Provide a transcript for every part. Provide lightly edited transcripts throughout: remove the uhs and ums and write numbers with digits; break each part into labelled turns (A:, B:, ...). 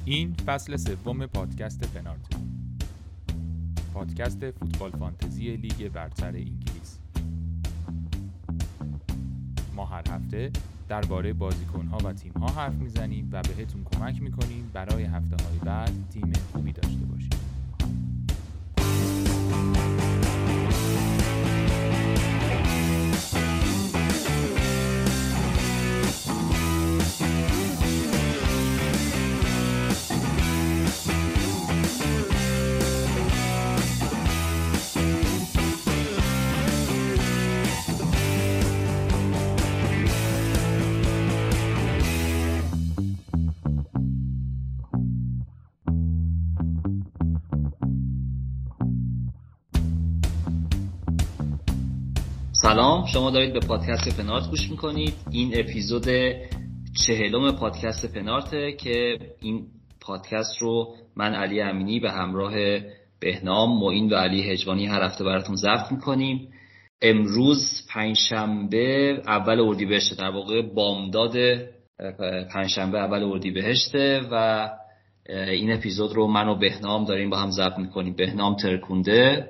A: این فصل سوم پادکست پنارت، پادکست فوتبال فانتزی لیگ برتر انگلیس. ما هر هفته درباره بازیکن‌ها و تیم‌ها حرف میزنیم و بهتون کمک میکنیم برای هفته‌های بعد تیم خوبی داشته باشید.
B: سلام، شما دارید به پادکست پنارت گوش میکنید. این اپیزود 40 پادکست پنارته که این پادکست رو من علی امینی به همراه بهنام، معین و علی هجوانی هر هفته براتون ضبط میکنیم. امروز پنجشنبه اول اردیبهشت، در واقع بامداد پنجشنبه اول اردیبهشته و این اپیزود رو من و بهنام داریم با هم ضبط میکنیم. بهنام ترکونده،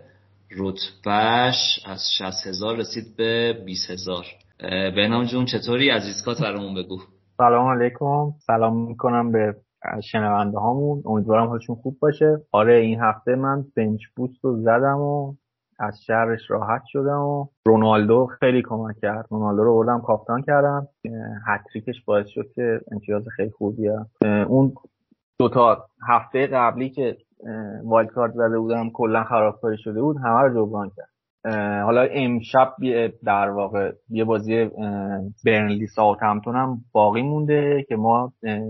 B: رتبهش از 60,000 رسید به 20,000. بهنام جون چطوری؟ از ایسکات برامون بگو.
C: سلام علیکم، سلام میکنم به شنونده هامون، امیدوارم حالشون خوب باشه. آره، این هفته من بنچ بوست رو زدم و از شرش راحت شدم و رونالدو خیلی کمک کرد. رونالدو رو بردم کاپتان کردم، هتریکش باعث شد که امتیاز خیلی خوبی بیارم. اون دوتا هفته قبلی که وایلد کارت زده بودم کلا خرابکاری شده بود، همه رو جبران کرد. حالا امشب در واقع یه بازی برنلی ساوثهمپتون هم باقی مونده که ما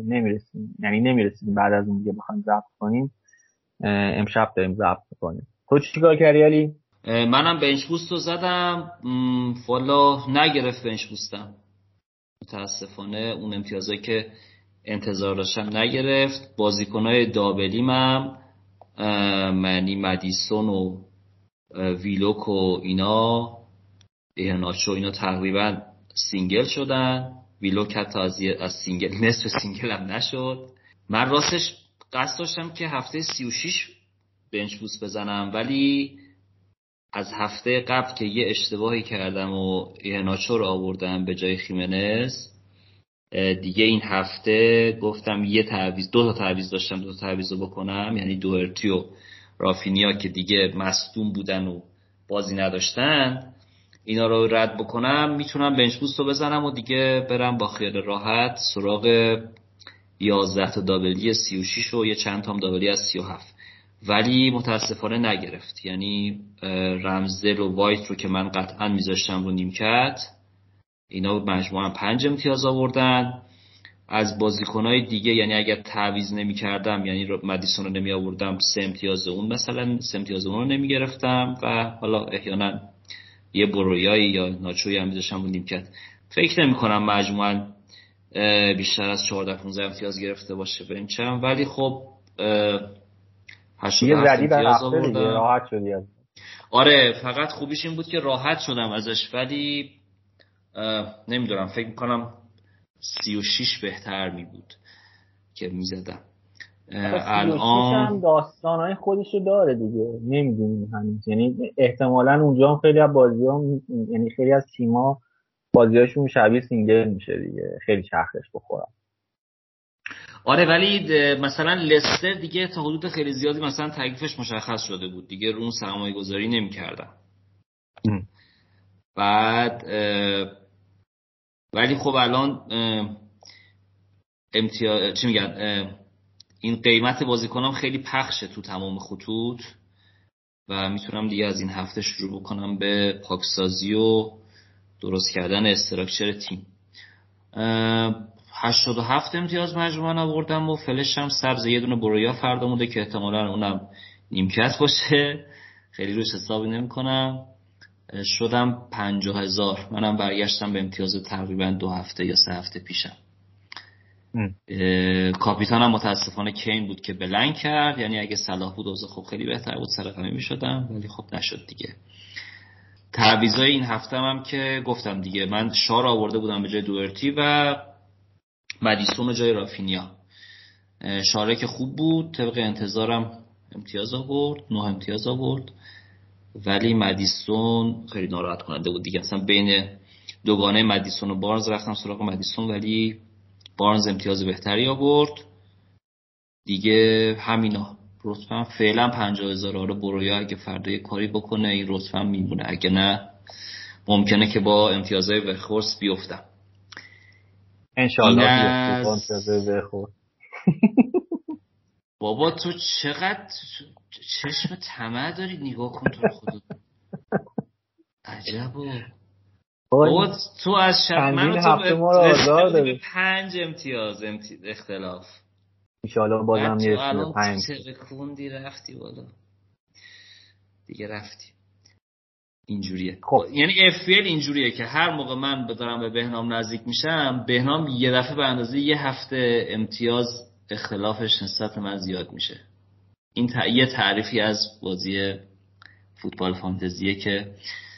C: نمیرسیم بعد از اون دیگه بخوایم ضبط کنیم. امشب داریم ضبط می‌کنیم. تو چیکار کردی علی؟
B: منم بنچ بوست رو زدم، والا نگرفت بنچ بوستم. متاسفانه اون امتیازایی که انتظار داشتم نگرفت. بازیکنای دابلیم هم معنی مدیسون و ویلوک و اینا، ایهناچو، اینا تقریبا سینگل شدن. ویلوک حتی از سینگل نصف سینگل هم نشد. من راستش قصد داشتم که هفته 36 بنچ بوست بزنم، ولی از هفته قبل که یه اشتباهی کردم و ایهناچو رو آوردم به جای خیمنز، دیگه این هفته گفتم دو تا تعویض داشتم، دو تا تعویض رو بکنم، یعنی دوهرتی و رافینیا که دیگه مصدوم بودن و بازی نداشتن، اینا رو رد بکنم، میتونم بنچ بوست رو بزنم و دیگه برم با خیال راحت سراغ 11 تا دابلی 36 و یه چند تا هم دابلی از 37. ولی متاسفانه نگرفت. یعنی رمزدل و وایت رو که من قطعا میذاشتم رو نیمکت، اینا مجموعاً 5 امتیاز آوردن. از بازیکنای دیگه یعنی اگر تعویض نمی‌کردم، یعنی مدیسون رو نمی آوردم، 3 امتیاز اون مثلا 3 امتیاز اون رو نمی گرفتم و حالا احیانا یه برویایی یا ناچوی هم می‌ذاشتم رو نیمکت. فکر نمی‌کنم مجموعاً بیشتر از 14-15 امتیاز گرفته باشه بنچم، ولی خب 87 امتیاز آوردم.
C: راحت شدی از.
B: آره، فقط خوبیش این بود که راحت شدم ازش، ولی نمیدونم، فکر میکنم 36 بهتر می بود که میزدم.
C: الان هم داستانهای خودشو داره دیگه، نمیدونیم هنوز. یعنی احتمالاً اونجا هم خیلی از بازی‌ها، یعنی خیلی از تیم‌ها بازی‌هاشون شبیه سینگل میشه دیگه، خیلی چرخش بخورن.
B: آره، ولی مثلا لستر دیگه تا حدود خیلی زیادی مثلا تکلیفش مشخص شده بود دیگه، رو اون سرمایه گذاری نمی کردن. بعد ولی خب الان این قیمت بازیکنام خیلی پخشه تو تمام خطوط و میتونم دیگه از این هفته شروع بکنم به پاکسازی و درست کردن استراکچر تیم. 87 امتیاز مجموعاً آوردم و فلش هم سبز. یه دونه برویا فردا مونده که احتمالاً اونم نیمکت باشه، خیلی روش حسابی نمی کنم. شدم 50,000. منم برگشتم به امتیاز تقریبا 2 هفته یا 3 هفته پیشم. کاپیتانم متاسفانه کین بود که بلنگ کرد، یعنی اگه صلاح بود اوضاع خب خیلی بهتر بود، سرقمی میشدم، ولی خب نشد دیگه. تعویضای این هفته هم که گفتم دیگه، من شار آورده بودم به جای دوئرتی و مدیسون جای رافینیا. شارک خوب بود، طبق انتظارم امتیاز آورد، 9 امتیاز آورد. ولی مدیسون خیلی ناراحت کننده بود دیگه. اصلا بین دوگانه مدیسون و بارنز رفتم سراغ مدیسون، ولی بارنز امتیاز بهتری آورد دیگه. همینا رتبه‌ام فعلا 50,000. آره برویا اگه فردا یه کاری بکنه این رتبه‌ام میمونه، اگه نه ممکنه که با امتیازهای وخورس بیفتم.
C: انشالله بیفتی با امتیازهای وخورس.
B: بابا تو چقدر چشم طمع داری، نگاه کن تو خودت. عجبا. بابا تو از شب منو تو به 5 امتیاز اختلاف.
C: انشالله بازم میرسیم به 5.
B: ترکوندی رفتی بالا دیگه، رفتی. اینجوریه.
C: خب.
B: یعنی FPL اینجوریه که هر موقع من دارم به بهنام نزدیک میشم، بهنام یه دفعه به اندازه یه هفته امتیاز اختلافش نسبت من زیاد میشه. این یه تعریفی از بازی فوتبال فانتزیه که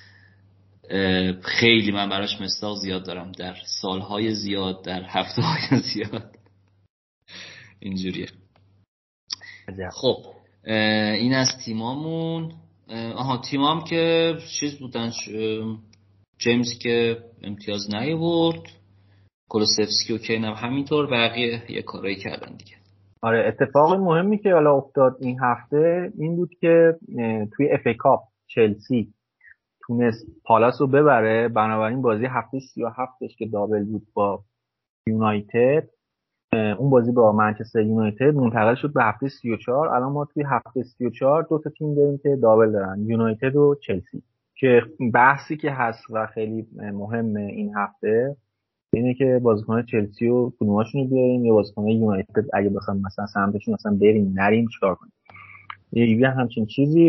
B: خیلی من براش مصداق زیاد دارم در سالهای زیاد، در هفته‌های زیاد. اینجوریه. خب این از تیمامون. تیمام که چیز بودن، جیمز که امتیاز نیاورد، کولوسفسکی و کین هم همینطور، بقیه یه کارایی کردن دیگه.
C: آره اتفاق مهمی که حالا افتاد این هفته این بود که توی اف ای کاپ چلسی تونست پالاس رو ببره، بنابراین بازی هفته 37ش که دابل بود با یونایتد، اون بازی با منچستر یونایتد منتقل شد به هفته 34. الان ما توی هفته 34 دو تا تیم داریم که دابل دارن، یونایتد و چلسی. که بحثی که هست و خیلی مهمه این هفته اینه که بازیکن چلسی و کدوماشون رو بیاریم یا بازیکن یونایتد اگه بخوام مثلا سمتشون مثلا بریم نریم چیکار کنیم. یه همچین چیزی.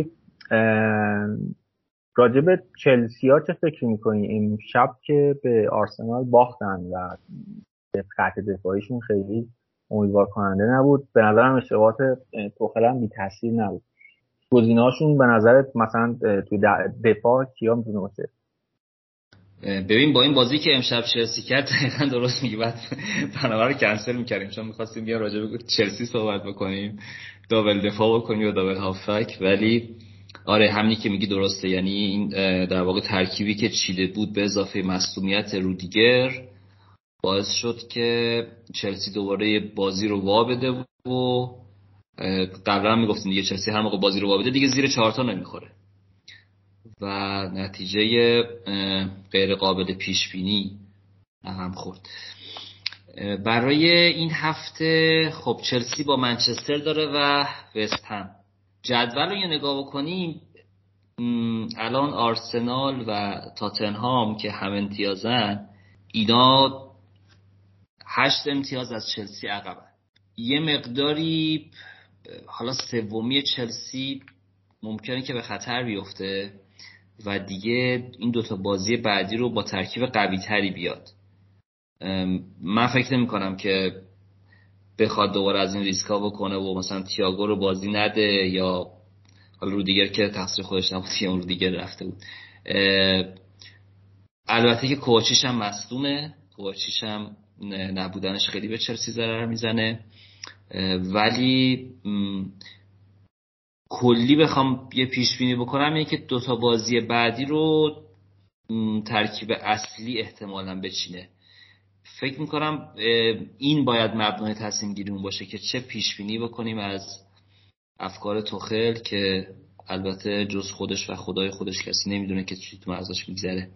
C: راجب چلسی ها چه فکر میکنی؟ این شب که به آرسنال باختن و خط دفاعیشون خیلی امیدوار کننده نبود. به نظرم اشتباهات توخل هم بی تاثیر نبود. گزینه‌هاشون به نظرت مثلا توی دفاع کیا میتونه باشه؟
B: ببین با این بازی که امشب چلسی کرد دقیقاً درست میگی، بعد برنامه رو کنسل می‌کردیم چون می‌خواستیم بیا راجع به چلسی صحبت بکنیم، دابل دفاع بکنیم یا دابل هافک. ولی آره همینی که میگی درسته، یعنی این در واقع ترکیبی که چیده بود به اضافه مصدومیت رودیگر باعث شد که چلسی دوباره بازی رو وا بده و قبلا هم میگفتیم دیگه چلسی هر موقع بازی رو وا بده دیگه زیر 4 تا نمیخوره و نتیجه غیر قابل پیش بینی هم خورد. برای این هفته خب چلسی با منچستر داره و وست هم. جدول رو یه نگاه بکنیم الان آرسنال و تاتنهام که هم امتیازن، اینا 8 امتیاز از چلسی عقبن. یه مقداری حالا سومی چلسی ممکنه که به خطر بیفته و دیگه این دوتا بازی بعدی رو با ترکیب قوی تری بیاد. من فکر نمی کنم که بخواد دوباره از این ریسکا بکنه و مثلا تییاگو رو بازی نده، یا حالا رودیگر که تقصیر خودش نبود که اون رودیگر رفته بود. البته که کوچیش هم مصدومه، کوچیش هم نبودنش خیلی به چلسی ضرر میزنه، ولی کلی بخوام یه پیش بینی بکنم اینه که دوتا بازی بعدی رو ترکیب اصلی احتمالاً بچینه. فکر میکنم این باید مبنای تصمیم گیریمون باشه که چه پیش بینی بکنیم از افکار توخل که البته جز خودش و خدای خودش کسی نمیدونه که چی تو مغزش میگذره.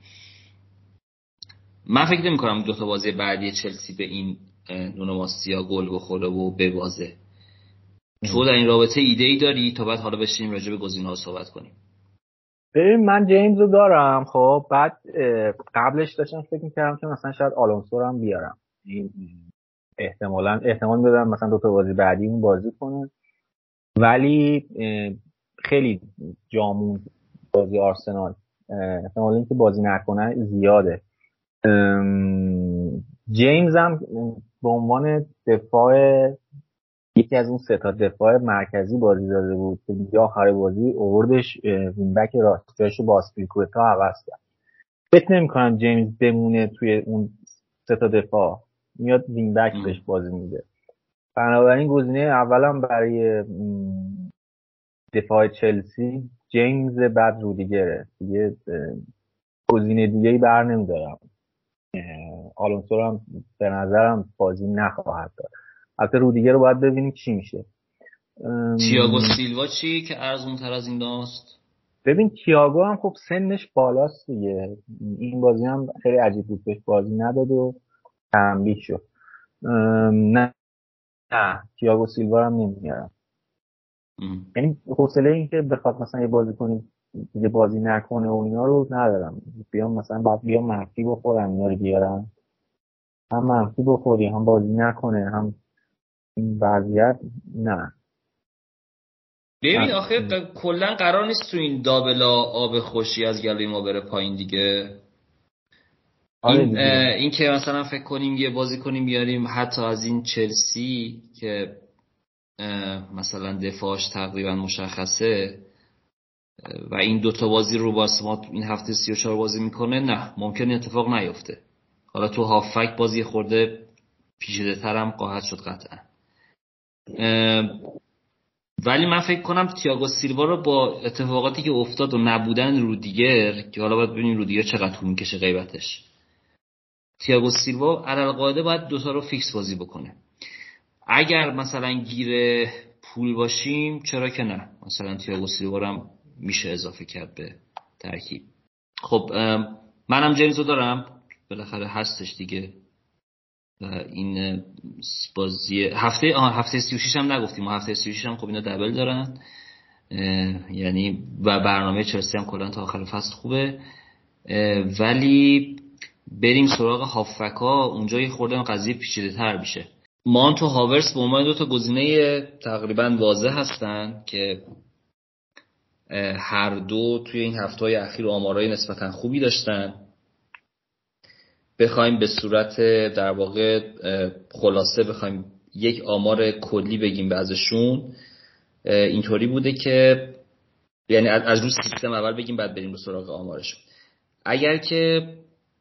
B: من فکر نمی‌کنم دو تا بازی بعدی چلسی به این نونو ماسیا گل بخوره و ببازه. تو در این رابطه ایده‌ای داری تا بعد حالا بشینیم راجع به گزینه‌ها صحبت کنیم؟
C: ببین من جیمز رو دارم، خب بعد قبلش داشتم فکر می‌کردم که مثلا شاید آلونسو رو هم بیارم. احتمال میدادم مثلا دو تا بازی بعدی اون بازی کنه، ولی خیلی جامون بازی آرسنال، احتمال اینکه بازی نکنه زیاده. جیمز هم به عنوان دفاع یکی از اون سه تا دفاع مرکزی بازی داده بود که دیگه آخر بازی اووردش وینبک راست، جاشو با اسپیلکوتا عوض کرد. فکر نمی‌کنم جیمز بمونه توی اون سه تا دفاع، میاد وینبک بهش بازی میده. بنابراین گزینه اولم برای دفاع چلسی جیمز بعد رودیگره دیگه. گزینه دیگه‌ای بر نمیدارم. آلونسو هم به نظرم بازی نخواهد داد. البته رودیگر رو باید ببینیم چی میشه.
B: تییاگو سیلوا چی که ارزون‌تر از این داست؟
C: ببین تییاگو هم خب سنش بالاست دیگه. این بازی هم خیلی عجیب بود، بهش بازی نداد و تنبیه شد. نه تییاگو سیلوا هم نمیارم. یعنی حوصله این که بخواد مثلا یه بازی کنیم دیگه بازی نکنه و اینا رو ندارم. بیام مثلا بعد بیام منفی بخورم اینا رو بیارم، هم منفی بخوری هم بازی نکنه هم این وضعیت. نه
B: ببین آخه کلا قرار نیست تو این دابلا آب خوشی از گلوی ما بره پایین دیگه. این که مثلا فکر کنیم یه بازی کنیم بیاریم حتی از این چلسی که مثلا دفاعش تقریبا مشخصه و این دوتا بازی رو باز ما این هفته 34 بازی میکنه، نه ممکنه اتفاق نیفته. حالا تو هافک بازی خورده پیچیده تر هم خواهد شد قطعا. ولی من فکر کنم تییاگو سیلوا رو با اتفاقاتی که افتاد و نبودن رودیگر که حالا باید ببینیم رودیگر چقدر طول میکشه غیبتش، تییاگو سیلوا علالقاعده باید دوتا رو فیکس بازی بکنه. اگر مثلا گیر پول باشیم چرا که نه، مثلا تییاگو سیلوا رو هم میشه اضافه کرد به ترکیب. خب منم جیمزو دارم بالاخره هستش دیگه. این بازی هفته 36 هم نگفتیم، هفته 36 هم خب اینا دبل دارن، یعنی و برنامه چلسی هم کلا تا آخر فصل خوبه. ولی بریم سراغ هافکا، اونجا یه خورده قضیه پیچیده تر میشه. مانت و هاورس به عنوان دو تا گزینه تقریبا واضح هستن که هر دو توی این هفته‌های اخیر آمارای نسبتا خوبی داشتن. بخوایم به صورت در واقع خلاصه بخوایم یک آمار کلی بگیم به ازشون، اینطوری بوده که یعنی از روی سیستم اول بگیم بعد بریم به سراغ آمارشون. اگر که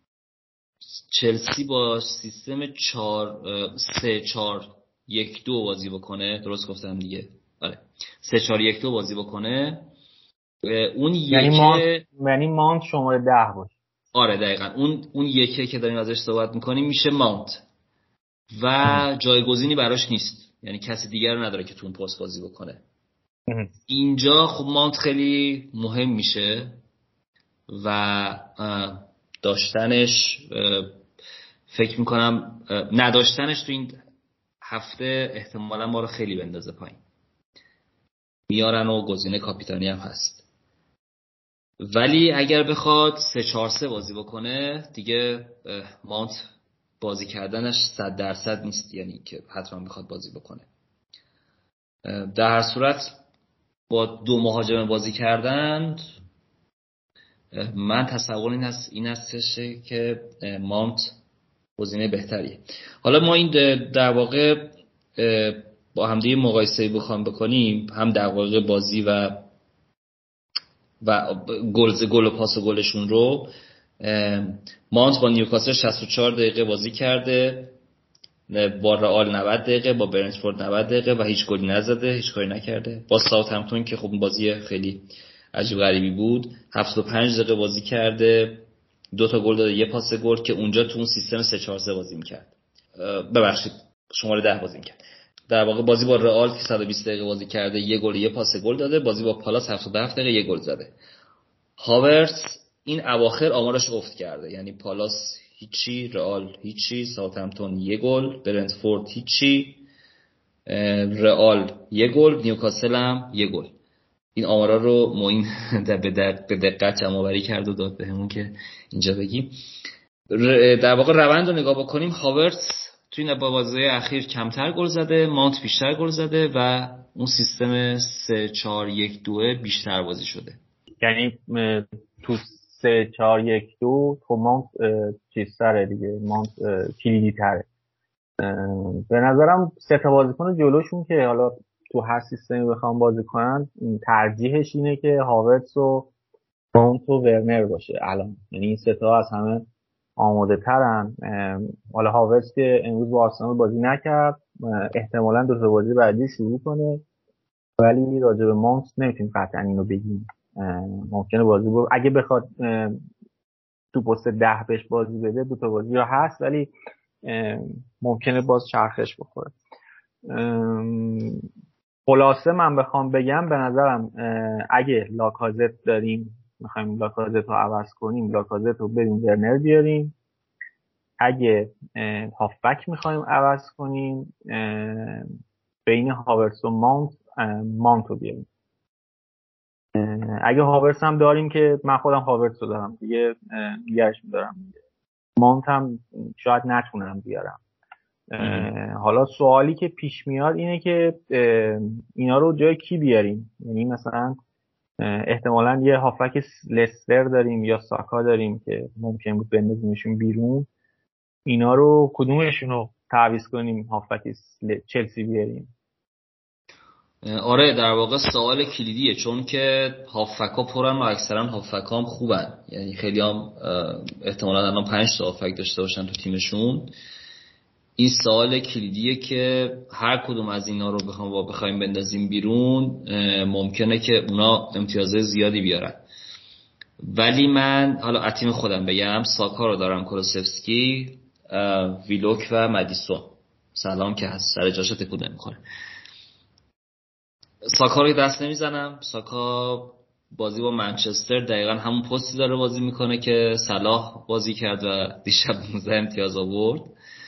B: چلسی با سیستم 3-4-1-2 بازی بکنه، درست گفتم دیگه؟ آره 3-4-1-2 بازی بکنه، اون
C: یعنی مانت شماره 10 باشه.
B: آره دقیقاً اون یکی که داریم ازش صحبت میکنیم میشه مانت و جایگزینی براش نیست، یعنی کسی دیگر رو نداره که تو اون پست بازی بکنه. اینجا خب مانت خیلی مهم میشه و داشتنش فکر میکنم نداشتنش تو این هفته احتمالا ما رو خیلی بندازه پایین. میارن و گزینه کاپیتانی هم هست، ولی اگر بخواد 3-4-3 بازی بکنه دیگه مانت بازی کردنش 100% نیست، یعنی که حتما بخواد بازی بکنه. در هر صورت با دو مهاجم بازی کردن من تصور این هستش که مانت گزینه بهتریه. حالا ما این در واقع با همدیگه مقایسه بخوام بکنیم، هم دقایق بازی و گل و پاس و گلشون رو، مانت با نیوکاسل 64 دقیقه بازی کرده، با رئال 90 دقیقه، با برنتفورد 90 دقیقه و هیچ گلی نزده، هیچ کاری نکرده. با ساوثهمپتون که خب بازی خیلی عجیب غریبی بود 75 دقیقه بازی کرده، 2 تا گل داده، 1 پاس گل، که اونجا تو اون سیستم 3-4-3 بازی می‌کرد. ببخشید شماره 10 بازی می‌کرد. در واقع بازی با رئال که 120 دقیقه بازی کرده، 1 گل و 1 پاس گل داده. بازی با پالاس 77 دقیقه 1 گل زده. هاورتس این اواخر آمارش افت کرده، یعنی پالاس هیچی، رئال هیچی، ساوثهمپتون 1 گل، برنتفورد هیچی، رئال 1 گل، نیوکاسل هم 1 گل. این آمارا رو معین به دقت جمع‌آوری کرد و داد بهمون که اینجا بگیم. در واقع روند رو نگاه بکنیم، هاورتس توی این بازی اخیر کمتر گل زده، مانت بیشتر گل زده و اون سیستم 3-4-1-2 بیشتر بازی شده.
C: یعنی تو 3-4-1-2 تو مانت چیزتره دیگه، مانت کلیدی تره. به نظرم 3 تا بازیکن جلوشون که حالا تو هر سیستمی بخوام بازی کنن ترجیحش اینه که هاورتس و مانت و ورنر باشه الان. یعنی این 3 تا از همه آماده ترن. حالا هاورتس که امروز با آرسنال بازی نکرد، احتمالاً 2 تا بازی بعدی شروع کنه، ولی راجع به ماونت نمیتونیم قطعا اینو بگیم. ممکنه بازی اگه بخواد تو پست 10 بهش بازی بده 2 تا بازی ها هست، ولی ممکنه باز چرخش بخوره. خلاصه من بخوام بگم به نظرم اگه لاکازت داریم میخوایم لاکازت رو عوض کنیم، لاکازت رو بریم ورنر بیاریم. اگه هافبک میخوایم عوض کنیم بین هاورتس و ماونت رو بیاریم. اگه هاورتس هم داریم که من خودم هاورتس رو دارم دیگه میارم. ماونت هم شاید نتونم بیارم. حالا سوالی که پیش میاد اینه که اینا رو جای کی بیاریم؟ یعنی مثلا احتمالاً یه هافبک لستر داریم یا ساکا داریم که ممکن بود بندازیمشون بیرون. اینا رو کدومشون رو تعویض کنیم هافبک چلسی بیاریم؟
B: آره در واقع سوال کلیدیه، چون که هافبک‌ها پرن و اکثرا هافبک‌ها هم خوبن، یعنی خیلی هم احتمالاً الان 5 تا هافبک داشته باشن تو تیمشون. این سوال کلیدیه که هر کدوم از اینا رو بخوایم بندازیم بیرون ممکنه که اونا امتیازه زیادی بیارن. ولی من حالا از تیم خودم بگم ساکا رو دارم، کولوسفسکی، ویلوک و مدیسون. سلام که هست سر جاش تکون نمیخوره. ساکا رو دست نمیزنم. ساکا بازی با منچستر دقیقا همون پستی داره بازی میکنه که صلاح بازی کرد و دیشب 19 امتیاز آورد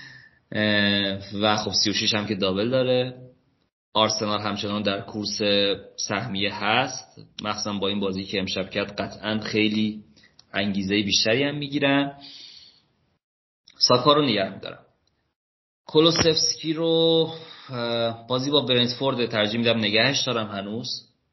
B: و خب 36 هم که دابل داره. آرسنال همچنان در کورس سهمیه هست، مخصوصا با این بازی که امشب کرد قطعا خیلی انگیزه بیشتری هم میگیرن. ساکا رو نگه میدارم. کولوسفسکی رو بازی با برنتفورد ترجیح میدم نگهش دارم هنوز،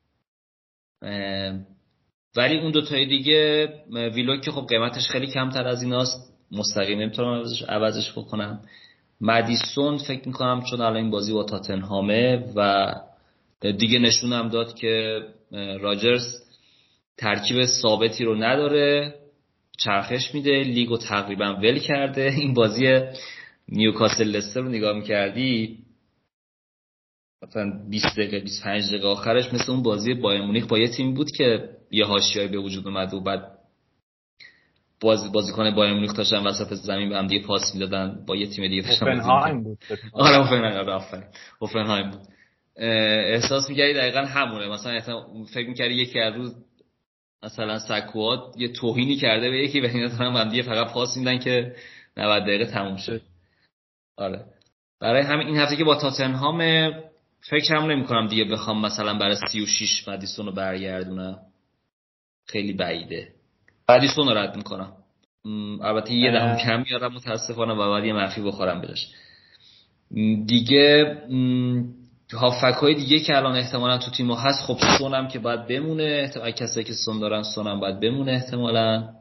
B: ولی اون دوتای دیگه ویلوک که خب قیمتش خیلی کمتر از ایناست مستقیم نمیتونم عوضش بکنم. مدیسون فکر میکنم چون الان این بازی با تاتنهامه و دیگه نشونم داد که راجرز ترکیب ثابتی رو نداره، چرخش میده، لیگو تقریبا ول کرده. این بازی نیوکاسل لستر رو نگاه میکردی مثلا 20 دقیقه 25 دقیقه آخرش مثل اون بازی بایر مونیخ با یه تیم بود که یه حاشیه‌ای به وجود اومد و بعد بازیکن بایر مونیخ داشتن وسط زمین به هم دیگه پاس میدادن، با یه تیم دیگه داشتن
C: هوفنهایم بود.
B: آره هوفنهایم بود. احساس می‌کردی دقیقاً همونه. مثلا فکر می‌کردی یکی از روز مثلا سکوات یه توهینی کرده به یکی و اینا دارن هم دیگه فقط پاس میدن که 90 دقیقه تموم شه. آره برای همین این هفته که با تاتنهام فکرم نمی‌کنم دیگه بخوام مثلا برای 36 مدیسون رو برگردونم، خیلی بعیده. مدیسون رو رد می‌کنم. البته یه دهم کم میارم متاسفانه و بعد یه منفی بخورم بهش دیگه. هافک‌های دیگه که الان احتمالاً تو تیمو هست، خب سونم که باید بمونه، کسایی که سون دارن سونم باید بمونه احتمالاً.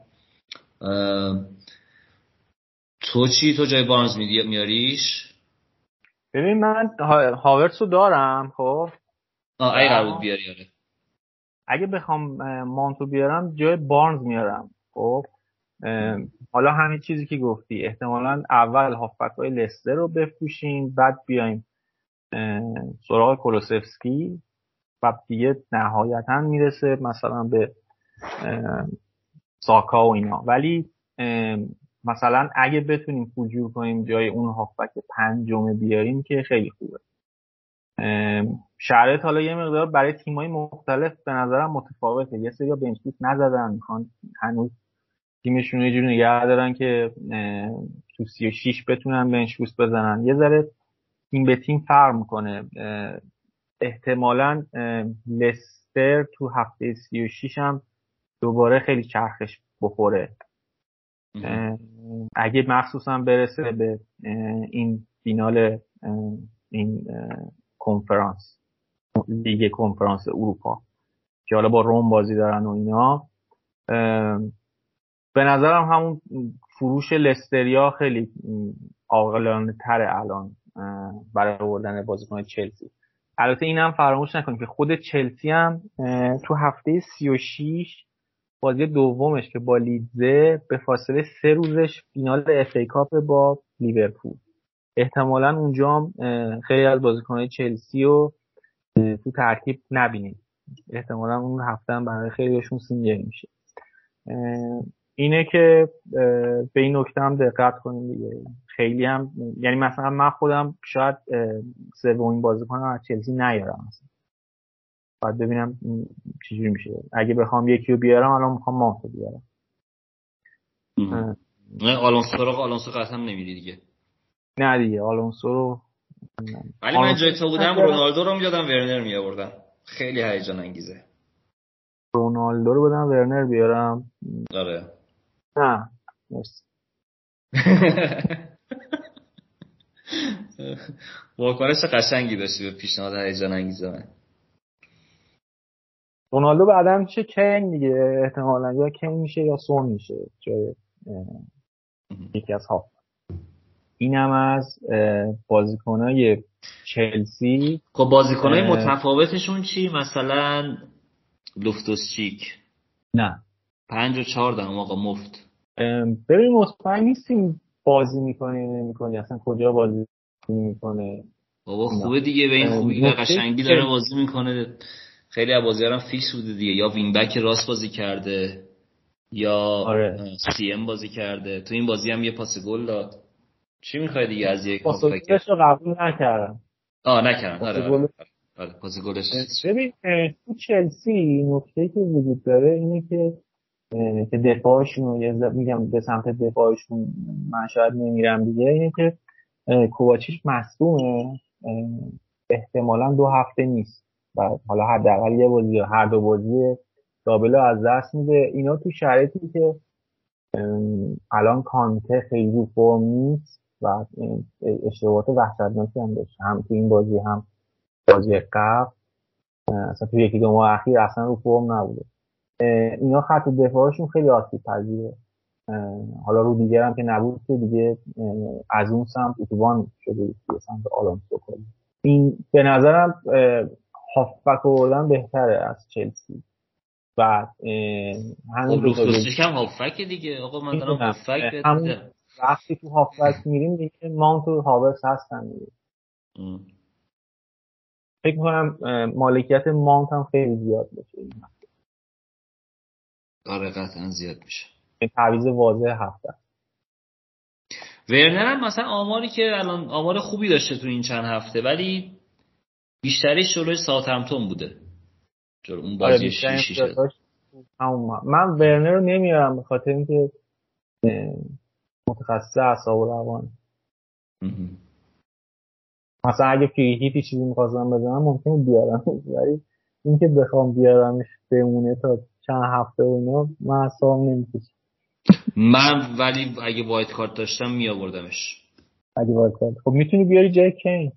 B: تو جای بارنز میاریش؟
C: ببین من هاورتس رو دارم. خب
B: اگه قرار بود بیاری آره.
C: اگه بخوام مانتو بیارم جای بارنز میارم. خب حالا همین چیزی که گفتی احتمالاً اول هافبک‌های لستر رو بفروشیم بعد بیایم سراغ کولوسفسکی و دیگه نهایتاً میرسه مثلا به ساکا و اینا. ولی مثلا اگه بتونیم پول جور کنیم جای اون هافبک پنجم بیاریم که خیلی خوبه. شرایط حالا یه مقدار برای تیم‌های مختلف به نظرم متفاوته. یه سری بنچ بوست نزدن، میخوان هنوز تیمشون یه جوری نگه دارن که تو 36 بتونن بنچ بوست بزنن. یه ذره تیم به تیم فرق میکنه. احتمالاً لستر تو هفته 36 هم دوباره خیلی چرخش بخوره اگه مخصوصا برسه به این فینال این کنفرانس لیگ کنفرانس اروپا که حالا با روم بازی دارن و اینا. به نظرم همون فروش لستریا خیلی عاقلانه تره الان برای آوردن بازیکن چلسی. البته اینم فراموش نکنیم که خود چلسی هم تو هفته 36 بازی دومش که با لیدزه به فاصله 3 روزش فینال اف ای کاپ با لیورپول، احتمالاً اونجا هم خیلی از بازیکن‌های چلسی رو تو ترکیب نبینیم. احتمالاً اون هفته هم برای خیلیشون سینگل میشه. اینه که به این نکته هم دقت کنیم دیگه. خیلی هم یعنی مثلا من خودم شاید سومین بازیکن از چلسی نیارم مثلا. باید ببینم چجوری میشه. اگه بخوام یکی رو بیارم الان میخوام مانتو بیارم.
B: نه آلونسو قطعا نمیری دیگه.
C: نه دیگه آلونسو رو
B: ولی من جای تو بودم رونالدو رو میادم ورنر میآوردم. خیلی هیجان انگیزه.
C: رونالدو رو بدم ورنر بیارم.
B: آره.
C: نه مرسی.
B: واکنش قشنگی داشتی به پیشنهاد هیجان انگیزه من.
C: رونالدو بعدا میشه کین دیگه، احتمالاً یا کین میشه یا سون میشه جای یکی از ها. اینم از بازیکنای چلسی.
B: خب بازیکنای متفاوتشون چی؟ مثلا لوفتوس-چیک
C: نه
B: 5 و 4 دارم آقا مفت.
C: ببین مطمئن نیستیم بازی میکنه نمیکنه، اصلا کجا بازی میکنه.
B: بابا خوبه دیگه، به این خوبی و قشنگی داره بازی میکنه. خیلی از بازی‌ها فیکس بوده دیگه، یا وین بک راست بازی کرده یا
C: آره.
B: سی ام بازی کرده. تو این بازی هم یه پاس گل داد. چی میخوای دیگه از یک
C: هافبک؟ پاس رو قبول نکردم.
B: نکردن. آره پاس گلش.
C: ببین تو چلسی نکته‌ای که وجود داره اینه که دفاعشون میگم به سمت دفاعشون من شاید نمیرم دیگه، اینه که کوواچیچ مصدومه، احتمالاً 2 هفته نیست و حالا حداقل یه بازی یا هر دو بازی دابلو از دست میده. اینا تو شرایطی که الان کانته خیلی رو فرم نیست و اشتباهات وحشتناکی هم داشت، هم تو این بازی هم بازی قبل، اصلا تو یکی دو ماه اخیر اصلا رو فرم نبوده. اینا خط دفاعشون خیلی آسیب پذیره. حالا رو دیگر هم که نبود که دیگه از اون سمت اتوبان شده به سمت آلونسو کنه. این به نظرم هافبک آوردن بهتره از چلسی. و
B: همین لوفتوس-چیک هم هافبک دیگه آقا، من دارم هافبک بده.
C: وقتی تو هافبک میریم دیگه ماونت و هاورس هستن دیگه. فکر می‌کنم مالکیت ماونت هم خیلی زیاد بشه.
B: آره قطعا زیاد میشه.
C: این تعویض واضح هفته.
B: ورنر هم مثلا آماری که الان آمار خوبی داشته تو این چند هفته، ولی بیشتریش جلوی ساوثهمپتون بوده. جلوی اون بازی 6 شد.
C: من ورنر رو نمیارم به خاطر اینکه متخصص اعصاب و روان. مثلا اگه پیهیتی چیزی می‌خواستم بزنم ممکنه بیارم، ولی اینکه بخوام بیارمش بمونه تا چند هفته و اینا من اصلا نمی‌کشم.
B: من ولی اگه وایت کارت داشتم میآوردمش.
C: اگه وایت کارت خب میتونی بیاری جای کین.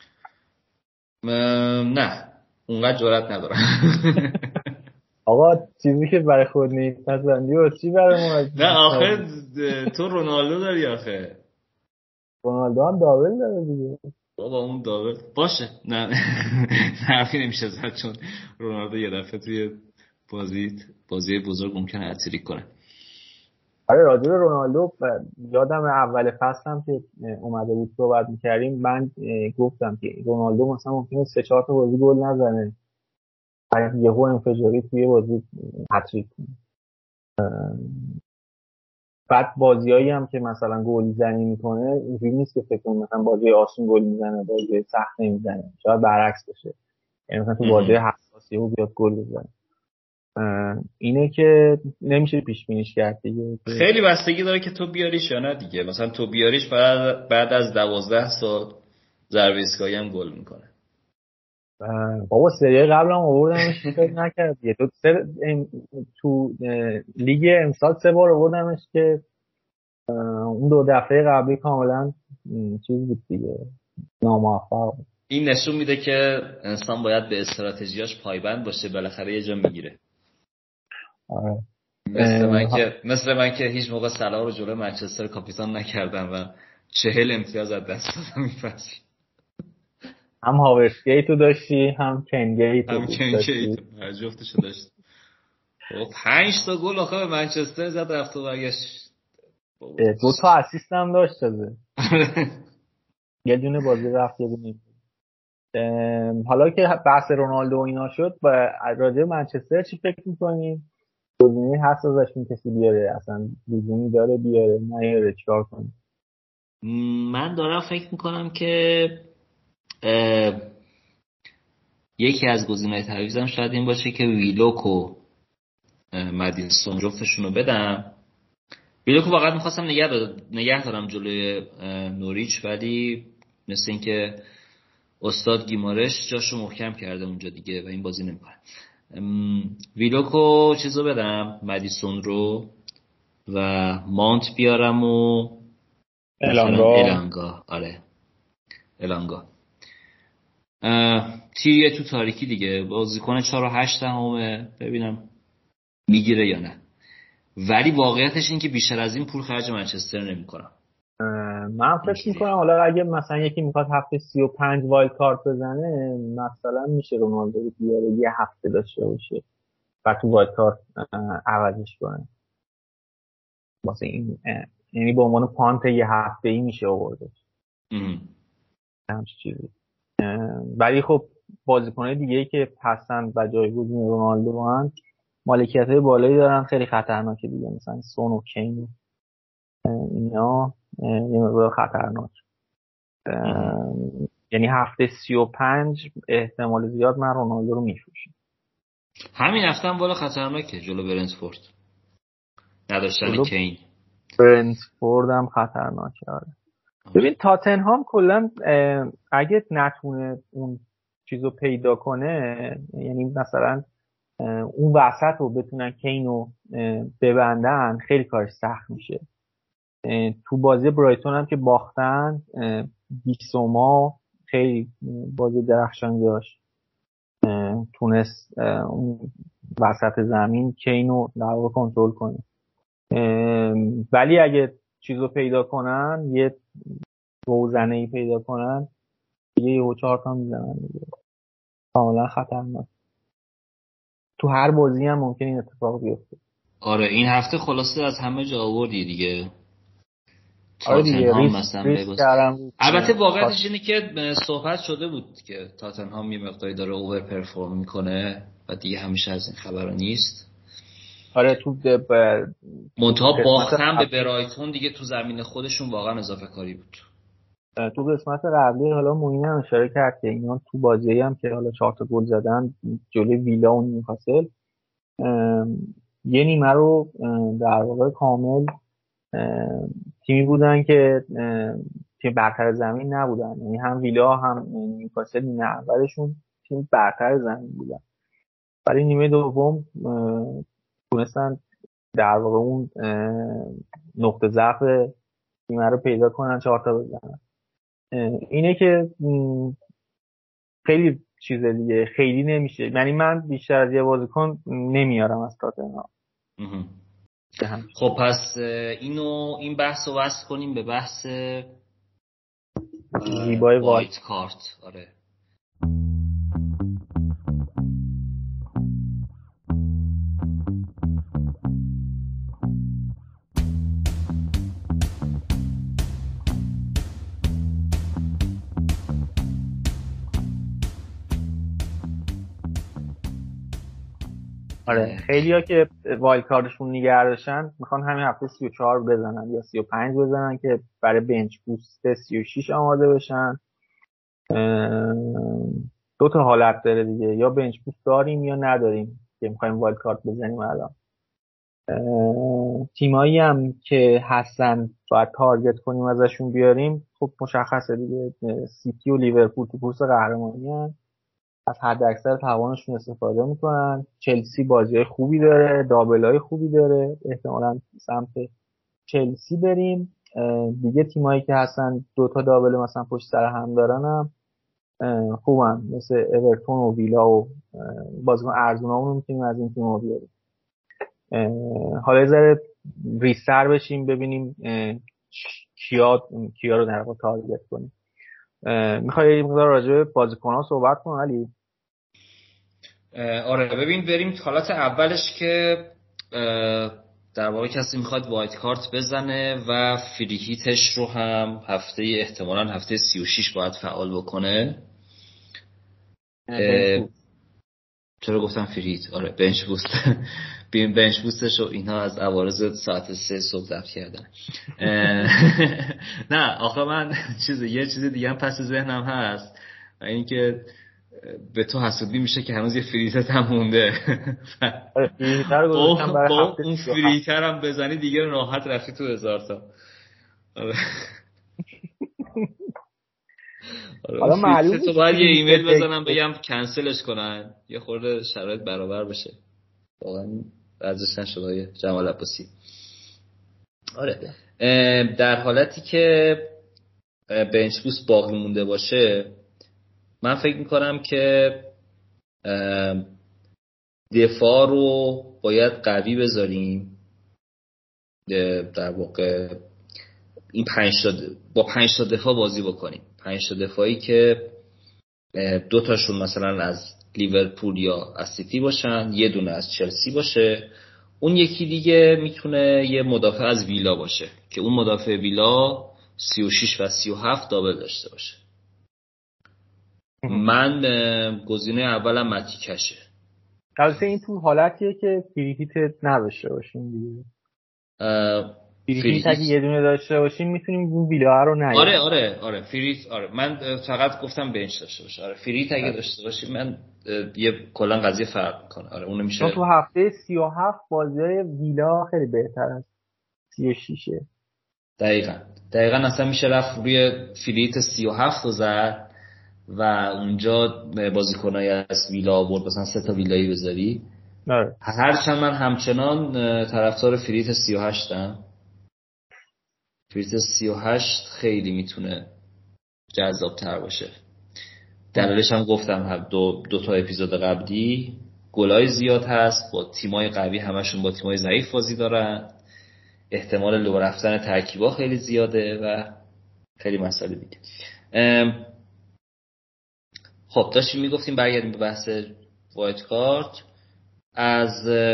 B: نه اونقدر جرئت ندارم.
C: آقا چیزی که برای خود نمی‌پسندی و چی برای ما؟
B: نه آخه تو رونالدو داری آخه.
C: رونالدو هم دابل داره دیگه.
B: بابا اون دابل باشه. نه حرفی نمیشه زد، چون رونالدو یه دفعه توی بازی بزرگ ممکنه هتریک کنه.
C: آره راجع به رونالدو یادم اول فصل هم که اومده بود صحبت می‌کردیم من گفتم که رونالدو مثلا ممکنه 3-4 تا بازی گل نزنه، بعد یهو انفجاری توی بازی هتریک کنه. بعد بازیایی هم که مثلا گل زنی میکنه اینجوری نیست که فکر کنم مثلا بازی آسون گل میزنه بازی سخت نمیزنه، شاید برعکس بشه، یعنی مثلا تو بازی حساسی او بیاد گل بزنه. اینه که نمیشه پیش بینیش کرد دیگه.
B: خیلی بستگی داره که تو بیاریش یا نه دیگه. مثلا تو بیاریش بعد از 12 سال ضربه ایستگاهی هم گل میکنه.
C: بابا سری قبل هم آوردمش فکر نکرد دیگه. تو لیگ امسال 3 بار آوردمش که اون 2 دفعه قبلی کاملا چیز بود دیگه، ناموفق.
B: این نشون میده که انسان باید به استراتژیاش پایبند باشه، بالاخره یه جا میگیره.
C: آره.
B: مثل من که هیچ موقع صلاح رو جلوی منچستر کاپیتان نکردم و 40 امتیاز از دست دادم این فصل.
C: هم هاورس گیتو داشتی هم کین گیتو
B: داشتی. هر جفتشو داشت. 5 تا گل آخه به منچستر زد رفت و برگشت.
C: 2 تا اسیست هم داشت داده. یه دونه بازی رفت یه دونه. حالا که بحث رونالدو و اینا شد و راجع منچستر چی فکر می‌کنیم؟ گزینه هست ازش کسی بیاره؟ اصلا لزومی داره بیاره؟ نیاره چیکار کنه؟
B: من دارم فکر میکنم که یکی از گزینه‌های تعویضم شاید این باشه که ویلوک و مدینسون جفتشون رو بدم. ویلوکو واقعا میخواستم نگه دارم جلوی نوریچ، ولی مثل این که استاد گیمارش جاشو محکم کرده اونجا دیگه و این بازی نمیکنه. ویلوکو چیزو بدم، مدیسون رو و مانت بیارم و الانگا. آره الانگا تیریه تو تاریکی دیگه، بازیکن 4.8 همه، ببینم میگیره یا نه. ولی واقعیتش این که بیشتر از این پول خرج منچستر نمیکنم.
C: من فکر میکنم حالا اگه مثلا یکی میخواد هفته 35 وایلد کارت بزنه، مثلا میشه رونالدو رو بیاره یه هفته داشته باشه و تو وایلد کارت عوضش کنه واسه این، یعنی به عنوان پانت یه هفته ای میشه آوردش همچین چیزی. ولی خب بازیکن‌های دیگه‌ای که هستن و جایگزین رونالدو هستن مالکیت‌های بالایی دارن، خیلی خطرناکه دیگه، مثلا سون و کین اینا یه مقدار خطرناک. یعنی هفته 35 احتمال زیاد من رونالدو رو میفروشم.
B: همین هفته هم بالا خطرناکه جلو برنتفورد، نداشتن کین.
C: برنتفورد هم خطرناکه. آره ببین تاتنهام کلا اگه نتونه اون چیزو پیدا کنه، یعنی مثلا اون وسط رو بتونن کینو ببندن، خیلی کارش سخت میشه. تو بازی برایتون هم که باختن، بیسوما خیلی بازی درخشان داشت، تونست اون وسط زمین کینو در واقع کنترل کنه. ولی اگه چیزو پیدا کنن، یه روزنه‌ای پیدا کنن، یه 4 تا میزنن دیگه، کاملا خطرناک. تو هر بازی هم ممکن این اتفاق بیفته.
B: آره این هفته خلاصه از همه جا آوردی دیگه.
C: آره دیگه
B: ریسک کردم. البته واقعیتش اینه که صحبت شده بود که تاتنهام یه مقداری داره اوور پرفورم میکنه و دیگه همیشه از این خبرا نیست.
C: آره تو
B: منتها باختن به برایتون دیگه تو زمین خودشون واقعا اضافه کاری بود.
C: تو قسمت قبلی حالا موین هم اشاره کرد که اینا تو بازی هم که حالا 4 تا گل زدن جلوی ویلا و نیوکاسل، یه نیمه رو در واقع کامل تیمی بودن که تیم برتر زمین نبودن، یعنی هم ویلا هم نیوکاسل نیمه اولشون تیم برتر زمین بودن، ولی نیمه دوم تونستن در واقع اون نقطه ضعف تیم رو پیدا کنن، 4 تا بزنن. اینه که خیلی چیز دیگه خیلی نمیشه، یعنی من بیشتر از یه بازیکن نمیارم از تاتنهام.
B: خب پس این بحث رو وصل کنیم به بحث
C: زیبای
B: وایلد کارت. آره
C: آره خیلیا که وایلد کارتشون نگه داشتن میخوان همین هفته 34 بزنن یا 35 بزنن که برای بنچ بوست 36 آماده بشن. 2 تا حالت داره دیگه، یا بنچ بوست داریم یا نداریم که میخوایم وایلد کارت بزنیم. الان تیمایی هم که هستن باید تارگت کنیم ازشون بیاریم، خب مشخصه دیگه، سیتی و لیورپول تو کورس قهرمانی هستن، از حد اکثر توانشون استفاده میکنن. چلسی بازی‌های خوبی داره، دابل‌های خوبی داره، احتمالاً سمت چلسی بریم. دیگه تیمایی که هستن 2 تا دابل مثلا پشت سر هم دارن هم خوبن، مثل اورتون و ویلا و بازیکن ارزونامون رو میتونیم از این تیم‌ها بیاریم. حالا یه ذره ریستر بشیم ببینیم کیا رو در واقع تارگت کنیم. میخوای یه مقدار راجع به بازیکن‌ها صحبت کنم علی؟
B: آره ببین بریم حالت اولش که در واقع کسی میخواد وایت کارت بزنه و فری هیتش رو هم احتمالاً هفته 36 باید فعال بکنه. چرا گفتم فری هیت؟ آره بنچ بوست. بنچ بوستش رو اینها از عوارض ساعت 3 صبح ضبط کردن. نه آخه من یه چیز دیگه هم پس ذهنم هست و اینکه به تو حسودی میشه که هنوز یه فریتر هم مونده. با اون فریتر هم بزنی دیگه راحت رفتی تو 1000 تا. حالا معلومه تو باید یه ایمیل بزنم بگم کنسلش کنن یه خورده شرایط برابر بشه. واقعا ارزش نشد جمال عباسی. آره در حالتی که بنچ بوست باقی مونده باشه من فکر میکنم که دفاع رو باید قوی بذاریم. در واقع این 5 تا دفاع بازی بکنیم. 5 تا دفاعی که 2 تاشون مثلا از لیورپول یا از سیتی باشن، یه دونه از چلسی باشه، اون یکی دیگه میتونه یه مدافع از ویلا باشه که اون مدافع ویلا 36 و 37 دابل داشته باشه. من گزینه اولم متیکشه.
C: البته این تو حالتیه که فریهیت نداشته باشیم دیگه. فریهیت اگه یه دونه داشته باشیم میتونیم اون ویلا رو نیاریم.
B: آره فریهیت. آره من فقط گفتم بنچ داشته باشه. آره فریهیت اگه داشته باشیم من یه کلا قضیه فرق میکنه. آره اون میشه.
C: تو هفته 37 بازیای ویلا خیلی بهتر از 36.
B: دقیقاً اصلا میشه رفت روی فریهیت 37 رو زد و اونجا بازیکنای از ویلا آورد، مثلا 3 تا ویلایی بذاری. هرچند من همچنان طرفدار فریهیت 38م. فریهیت 38 خیلی میتونه جذاب تر باشه. دلیلش هم گفتم دو تا اپیزود قبلی گلای زیاد هست، با تیمای قوی همشون با تیمای ضعیف بازی دارن، احتمال لو رفتن ترکیبا خیلی زیاده و خیلی مسائل دیگه. خب داشتیم میگفتیم برگردیم به بحث وایت کارت. از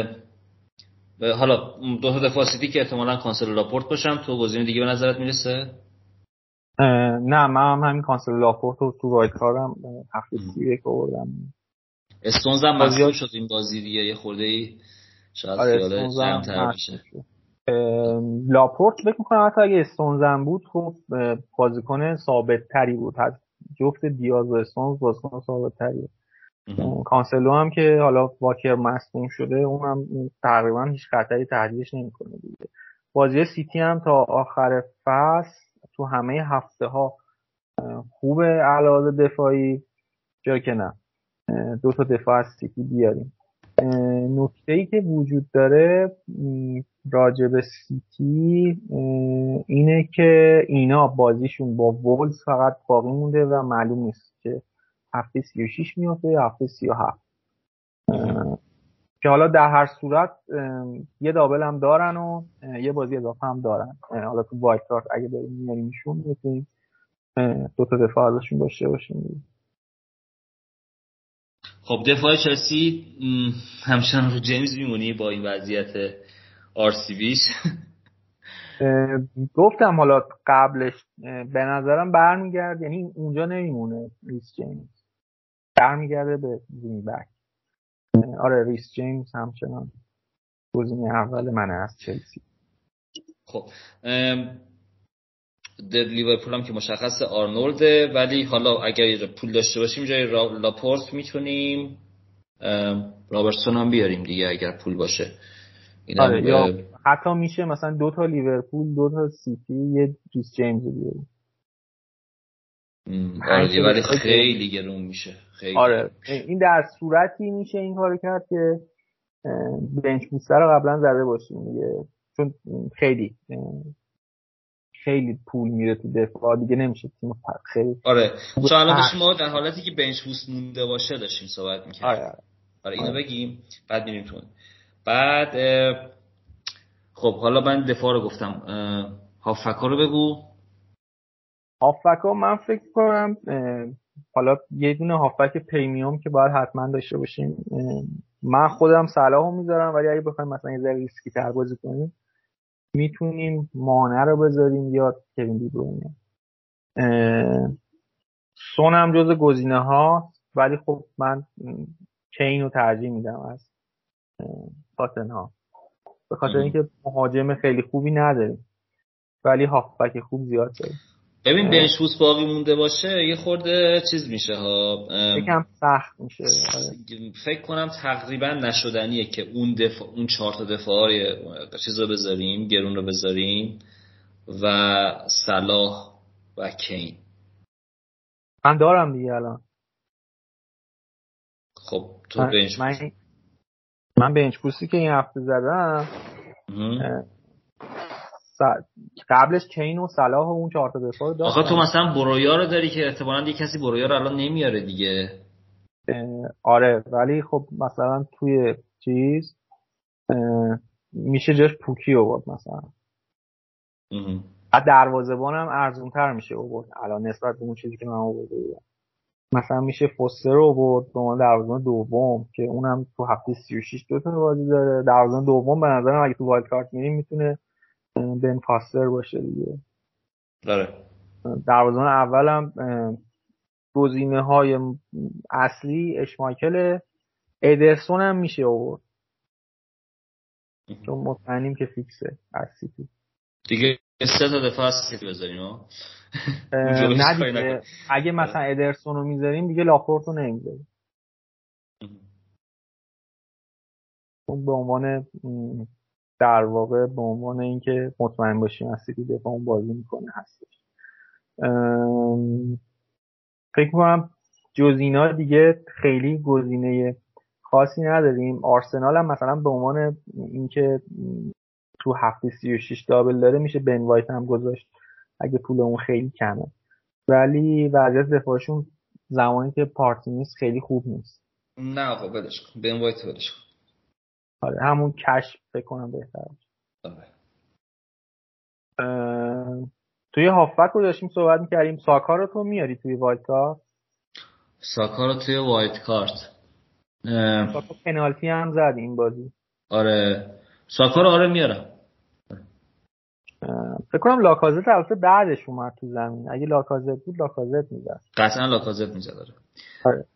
B: حالا 2 تا دفاع سیتی که احتمالاً کانسل لاپورت باشم، تو گزینه دیگه به نظرت میرسه؟
C: نه من هم همین کانسل لاپورت رو تو وایت کارتم هفته 31 آوردم.
B: استونز هم مصدوم شد این بازی دیگه، یه خورده‌ای شاید خیاله جمع‌تر بشه.
C: لاپورت فکر می‌کنم حتی اگه استونز هم بود خب بازیکن ثابت‌تری بود. جفت دیاز و استونز بازیکن ثابت‌تریه. کانسلو هم که حالا واکر مصدوم شده اونم تقریبا هیچ خطری تهدیدش نمی‌کنه دیگه. بازی سیتی هم تا آخر فصل تو همه هفته‌ها خوبه علاوه دفاعی، چرا که نه 2 تا دفاع از سیتی بیاریم. نکته‌ای که وجود داره راجع به سیتی اینه که اینا بازیشون با وولز فقط باقی مونده و معلوم نیست که هفته 36 میفته یا هفته 37 که حالا در هر صورت یه دابل هم دارن و یه بازی اضافه هم دارن. حالا تو وایت کارت اگه بریم میاریمشون میتونیم 2 تا دفاع ازشون داشته باشیم.
B: خب دفاع چلسی همچنان رو جیمز میمونی با این وضعیت RCBش؟
C: گفتم حالا قبلش به نظرم برمیگرد، یعنی اونجا نمیمونه ریس جیمز، برمیگرده به وینگ بک. آره ریس جیمز همچنان گزینه اول منه از چلسی.
B: خب در لیورپول هم که مشخص آرنولده، ولی حالا اگر پول داشته باشیم جای لاپورت میتونیم رابرتسون هم بیاریم دیگه اگر پول باشه.
C: آره یا حتی میشه مثلا 2 تا لیورپول 2 تا سیتی یه ریس جیمز بیاریم.
B: آره ولی خیلی گرون میشه خیلی.
C: آره این در صورتی میشه این کارو کرد که بنچ بوست رو قبلا زده باشیم دیگه، چون خیلی پول میره تو دفاع دیگه نمیشه تیم خیلی.
B: آره چون الان داشتیم ما در حالتی که بنچ بوست مونده باشه داشتیم صحبت میکردیم. آره اینو بگیم بعد میریم تو. بعد خب حالا من دفاع رو گفتم، هافبک‌ها رو بگو.
C: هافبک‌ها من فکر کنم حالا یه دونه هافبک پریمیوم که باید حتما داشته باشیم من خودم صلاحو میذارم، ولی اگه بخوایم مثلا یه ذره ریسکی تر بازی کنیم میتونیم مانع رو بذاریم یا کوین دی بروینه. سون هم جز گزینه ها، ولی خب من کین رو ترجیح میدم از تاتنهام به خاطر اینکه مهاجم خیلی خوبی نداریم ولی هافبک خوب زیاد داریم.
B: ببین بنچ بوست باقی مونده باشه یه خورده چیز میشه ها،
C: یکم سخت میشه.
B: فکر کنم تقریبا نشدنیه که اون 4 تا دفاعی چیز رو بذاریم، گرون رو بذاریم و صلاح و کین.
C: من دارم دیگه الان.
B: خب تو بنچ
C: من بنچ بوستی که این هفته زدم قبلش کین و صلاح و اون 4 تا دفاع رو داشتم.
B: آخه تو مثلا برویا رو داری که احتمالاً یه کسی برویا رو الان نمیاره دیگه.
C: آره ولی خب مثلا توی چیز میشه جاش پوکی آورد مثلا. دروازه‌بان هم ارزان‌تر میشه آورد الان نسبت به اون چیزی که من آورده بودم. مثلا میشه فوستر رو آورد به عنوان دروازه‌بان دوم که اونم تو هفته 36 دو تا بازی داره. دروازه‌بان دوم به نظرم اگه تو وایلد کارت میریم میتونه بن فاستر باشه دیگه.
B: آره.
C: دروازه‌بان اولم گزینه‌های اصلی اشمایکل، ادرسون هم میشه آورد چون مطمئنیم که فیکسه از سیتی
B: دیگه. 3 تا دفاع سیتی بذاریم ها.
C: نه دیگه اگه مثلا ادرسون رو میذاریم دیگه لاپورت رو نمیذاریم. اون به عنوان در واقع به عنوان اینکه مطمئن باشیم از سیتی دفاعون بازی میکنه هستش. فکر کنم جز اینا دیگه خیلی گزینه خاصی نداریم. آرسنال هم مثلا به عنوان اینکه تو هفته 36 دابل داره میشه بن وایت هم گذاشت اگه پول اون خیلی کمه، ولی وضعیت دفاعشون زمانی که پارتی نیست خیلی خوب نیست.
B: نه آقا بدش کن، بن وایت بدش کن.
C: آره همون کشف فکر کنم بهتره. توی هافبک رو داشتیم صحبت می‌کردیم. ساکا رو تو میاری توی وایلد کارت؟
B: ساکا رو توی وایلد کارت
C: ساکا پنالتی هم زد این بازی.
B: آره ساکا رو آره میارم.
C: فکر کنم لاکازت البته بعدش اومد تو زمین. اگه لاکازت بود لاکازت میزد.
B: قطعا لاکازت میزد.
C: آره.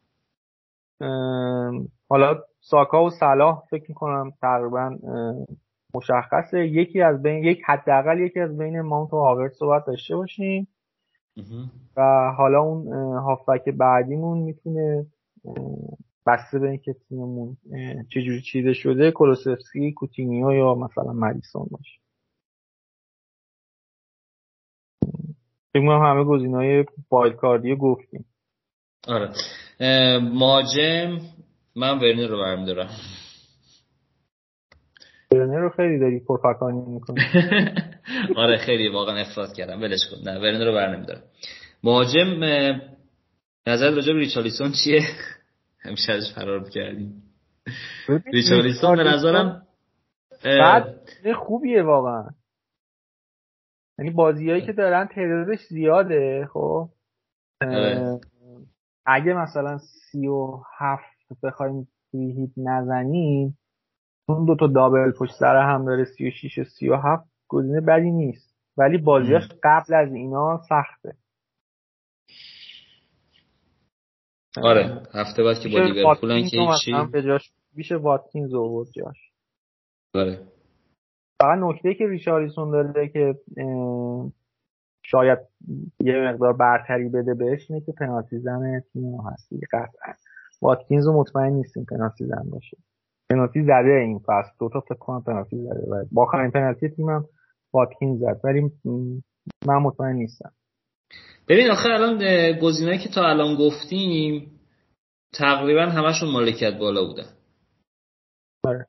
C: حالا ساکا و صلاح فکر میکنم تقریبا مشخصه. یکی از بین حداقل یکی از بین ماونت و هاورتز صحبت داشته باشیم و حالا اون هافبک بعدیمون میتونه بسته به اینکه تیممون چجوری چیده شده کولوسفسکی، کوتینیو یا مثلا مدیسون باشه. فکر می‌کنم همه گزینه‌های وایلد کاردی گفتیم.
B: آره مهاجم من ورنر رو برمی‌دارم.
C: ورنر رو خیلی داری پرفکانی می‌کنی.
B: آره خیلی واقعا افراط کردم، ولش کن. نه ورنر رو برنمی‌دارم. مهاجم نظر راجع به ریچارلیسون چیه؟ همیشه ازش فرار می‌کردیم. ریچارلیسون به نظرم
C: بعد خوبیه واقعا. یعنی بازیایی که دارن تعدادش زیاده. خب اگه مثلا 37 بخوایم توی هیت نزنیم اون دوتا دابل پشت سر هم داره 36 و 37 گزینه بدی نیست، ولی بازیاش قبل از اینا سخته.
B: آره هفته بعد که با لیورپولن که هیچی
C: به جاش میشه واتکینز آورد جاش.
B: آره
C: فقط نکته که ریچارلیسون داره که شاید یه مقدار برتری بده بهش اینه که پنالتی زن تیم هست دیگه. قطعا واتکینز رو مطمئن نیستیم پنالتی زن باشه. پنالتی زده این فصل دو تا فکر کنم پنالتی زده و با آخرین پنالتی تیمم واتکینز زد، ولی من مطمئن نیستم.
B: ببین آخه الان گزینه‌ای که تا الان گفتیم تقریبا همشون مالکیت بالا بودن.
C: آره.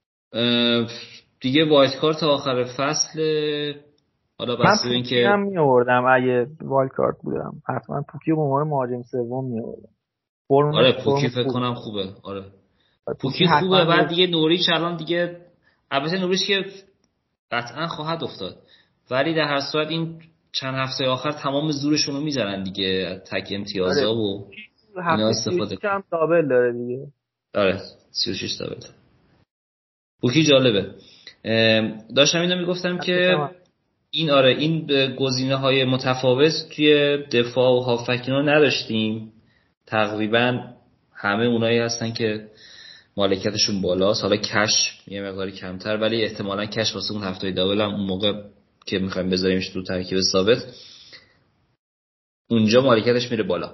B: دیگه وایلد کارت تا آخر فصل. حالا بسته این که
C: من می‌آوردم اگه وایلد کارت بودم حتما پوکی به عنوان مهاجم سوم می‌آوردم.
B: آره پوکی فکر کنم خوبه. آره پوکی خوبه. بعد دیگه نوریچ الان دیگه البته نوریچ که قطعا خواهد افتاد، ولی در هر صورت این چند هفته آخر تمام زورشون رو میذارن دیگه، تک امتیازا و اینا استفاده
C: کنن. دابل داره دیگه.
B: آره 36 دابل داره. بوکی جالبه. داشتم اینو میگفتم که این گزینه‌های متفاوت توی دفاع و هافبک اینا نداشتیم. تقریبا همه اونایی هستن که مالکیتشون بالاست. حالا کش یه مقداری کمتر، ولی احتمالاً کش واسه اون هفته‌ای دابل هم اون موقع که می‌خوایم بذاریمش تو ترکیب ثابت اونجا مالکیتش میره بالا.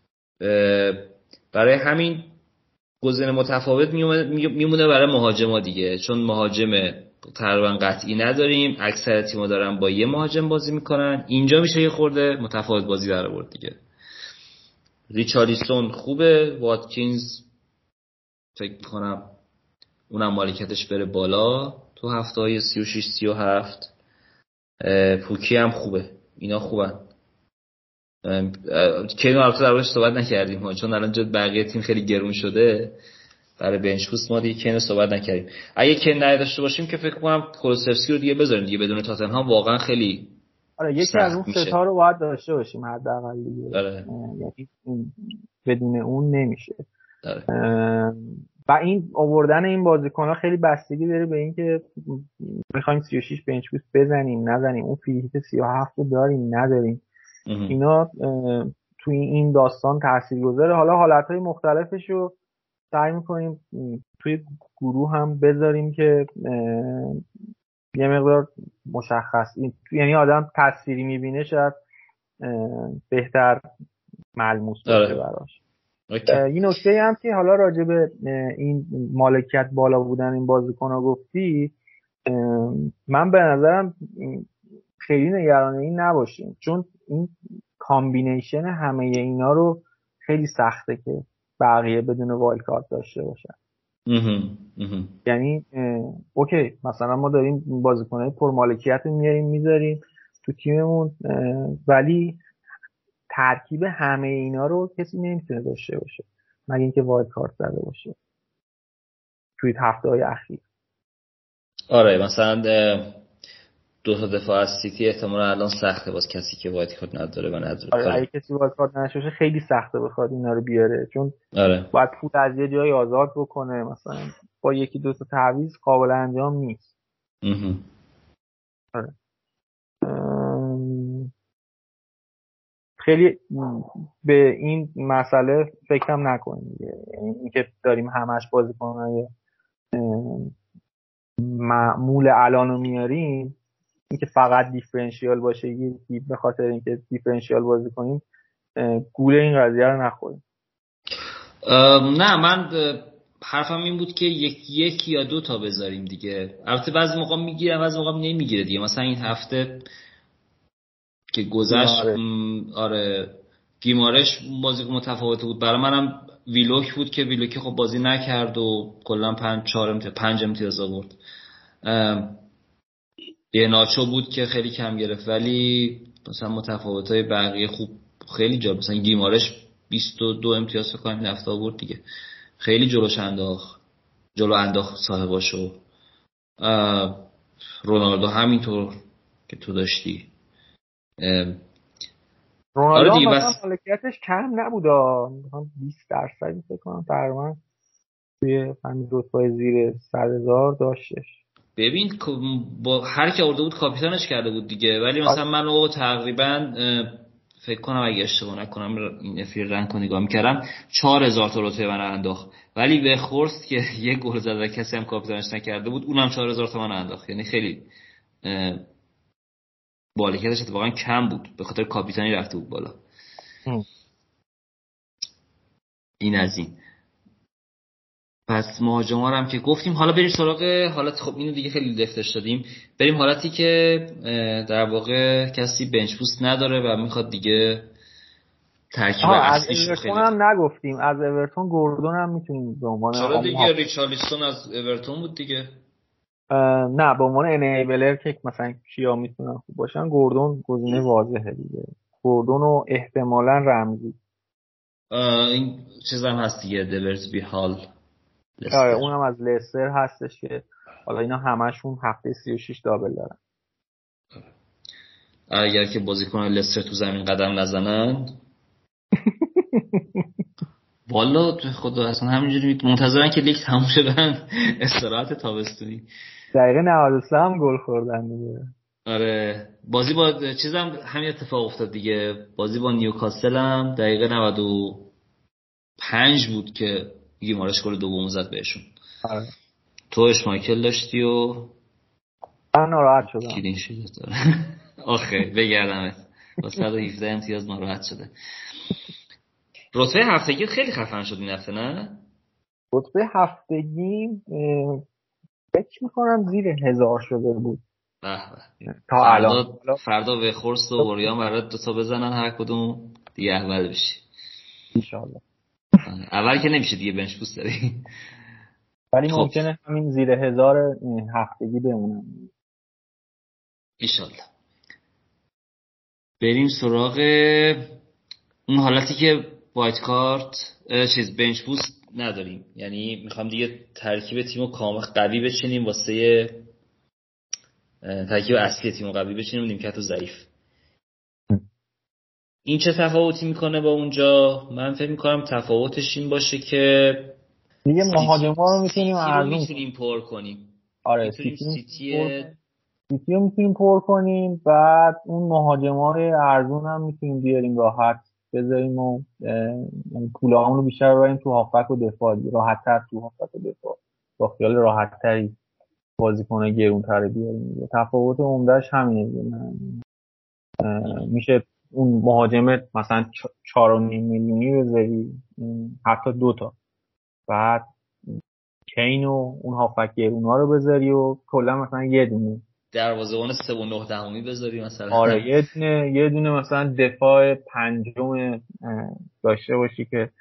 B: برای همین گزینه متفاوت میمونه برای مهاجما دیگه، چون مهاجم تقریبا قطعی نداریم. اکثر تیم‌ها دارن با یه مهاجم بازی میکنن. اینجا میشه یه خورده متفاوت بازی در آورد دیگه. ریچارلیسون خوبه، واتکینز فکر میکنم اونم مالکیتش بره بالا تو هفته‌های 36 37. پوکی هم خوبه، اینا خوبن. کینو البته دربارش صحبت نکردیم ها، چون الان جد بقیه تیم خیلی گرون شده برای بنچ بوست. ما دیگه کینو صحبت نکردیم. اگه کین نداشته باشیم که فکر کنم کولوسفسکی رو دیگه بذاریم دیگه. بدون تاتنهام واقعا خیلی
C: یکی از اون ستا رو باید داشته باشیم حداقل دیگه. یعنی بدون اون نمیشه. و این آوردن این بازیکن‌ها خیلی بستگی داره به این که می‌خوایم 36 بنچ بوست بزنیم نزنیم، اون فیلیت 37 رو داریم نداریم. اینا توی این داستان تاثیرگذاره. حالا حالتهای مختلفش رو سعی میکنیم توی گروه هم بذاریم که یه مقدار مشخص یعنی آدم تصویری میبینه شاید بهتر ملموس باشه براش. این نکته هم که حالا راجع به این مالکیت بالا بودن این بازیکن‌ها گفتی، من به نظرم خیلی نگران این نباشیم، چون این کامبینیشن همه اینا رو خیلی سخته که بقیه بدون وایلد کارت داشته باشن. یعنی اوکی مثلا ما داریم بازیکن‌های پرمالکیت رو میاریم میذاریم تو تیممون، ولی ترکیب همه اینا رو کسی نمیتونه داشته باشه مگه اینکه وایلد کارت زده باشه توی هفته‌های اخیر.
B: آره مثلا دو تا دفاع از سیتی احتمالاً الان سخته باز کسی که وایلد کارت نداره و نداره.
C: آره اگه کسی وایلد کارت نداشته باشه خیلی سخته بخواد اینا رو بیاره، چون باید پول از یه جایی آزاد بکنه، مثلا با یکی دو تا تعویض قابل انجام نیست. آره خیلی به این مسئله فکرم نکنیم دیگه. این که داریم همش بازیکن‌های معمول الانو میاریم، این که فقط دیفرنشیال باشه یکی به خاطر اینکه دیفرنشیال بازی کنیم گول این قضیه رو نخوریم.
B: نه من حرفم این بود که یکی یا دو تا بذاریم دیگه. البته بعضی موقع میگیره بعضی موقع نمیگیره دیگه. مثلا این هفته که گذشت آره گیمارش بازیکن متفاوت بود. برای منم ویلوک بود که ویلوک خب بازی نکرد و کلا 5 امتیاز آورد. یه ناچو بود که خیلی کم گرفت، ولی مثلا متفاوتای بقیه خوب خیلی جالب. مثلا گیمارش 22 امتیاز فکر کنم این هفته آورد دیگه. خیلی جلو انداخت صاحباشو. رونالدو همینطور که تو داشتی.
C: رونالدو هم مثلا مالکیتش کم نبودا، 20% فکر کنم تقریبا توی همین رتبه زیر 100,000 داشتش.
B: ببین با هر کی آورده بود کاپیتانش کرده بود دیگه. ولی مثلا من رو تقریبا فکر کنم اگه اشتباه نکنم این افیر رنگ رو نگاه میکردم 4,000 تا رتبه من انداخت، ولی به خورست که یه گل زد و کسی هم کاپیتانش نکرده بود اونم 4,000 تا من انداخت. یعنی خیلی مالکیتش اتفاقا کم بود به خاطر کاپیتانی رفته بود بالا. این از این. پس مهاجما رو هم که گفتیم، حالا بریم سراغ حالت. خب اینو دیگه خیلی دفترش دادیم. بریم حالتی که در واقع کسی بنچ بوست نداره و میخواد دیگه ترکیب اصلیش رو خیلی.
C: از اورتون هم نگفتیم، از اورتون گوردون هم میتونیم به عنوان
B: چرا دیگه ریچارلیسون از اورتون بود دیگه.
C: نه به عنوان انیبلر که مثلا کیا میتونن خوب باشن، گوردون گزینه واضحه دیگه. گوردون و احتمالاً رمزی.
B: این چیزام هست دیگه، دلرزبی هال.
C: آره اونم از لستر هستش که حالا اینا همشون هفته 36 دابل دارن.
B: اگر که بازیکن لستر تو زمین قدم نزنن والا خدا اصلا همینجوری منتظرن که لیگ تموم شه برن استراحت تابستونی.
C: دقیقه 93 هم گل خوردن دیگه.
B: آره بازی با چیزم همین اتفاق افتاد دیگه. بازی با نیوکاسل هم دقیقه 95 بود که گیمارش گل دوم زد بهشون.
C: آره.
B: تو اشمایکل داشتی و
C: من ناراحت شدم.
B: کلین شیت داره. آخه بگردمت با 117 امتیاز ناراحت شده. رتبه هفتگی خیلی خفن شد این هفته نه؟
C: رتبه هفتگی فکر میکنم زیر 1000 شده بود.
B: به
C: تا الان
B: فردا به خورست و اوریان برات 2 بزنن هر کدوم دیگه اول بشی
C: ان شاء الله.
B: اول که نمیشه دیگه بنچ بوست داری،
C: ولی ممکنه همین زیر 1000 هفتگی بمونم
B: ان شاء الله. بریم سراغ اون حالتی که وایت کارت بنچ بوست نداریم، یعنی میخوام دیگه ترکیب تیمو کامل قوی بچینیم واسه ترکیب اصلی تیمو قوی بچینیم، نیمکتو ضعیف. این چه تفاوتی میکنه با اونجا؟ من فکر میکنم تفاوتش این باشه که
C: دیگه مهاجما رو
B: میتونیم پر کنیم.
C: آره سیتی رو میتونیم پر کنیم، بعد اون مهاجمای ارزون هم میتونیم بیاریم راحت بذاریم و پولامون رو بیشتر ببریم تو هافبک و دفاع، راحت‌تر تو هافبک و دفاع با خیال راحت‌تری بازیکن‌های گرون‌تر بیاریم. تفاوت عمده‌اش همینه. میشه اون مهاجم مثلا 4.5 میلیونی بذاری، حتی 2 تا، بعد کین و اون هافبک گرون‌ها رو بذاری و کلا مثلا یه دونه
B: دروازه‌بان 3.9 بذاری مثلا.
C: آره یه دونه مثلا دفاع پنجم داشته باشی که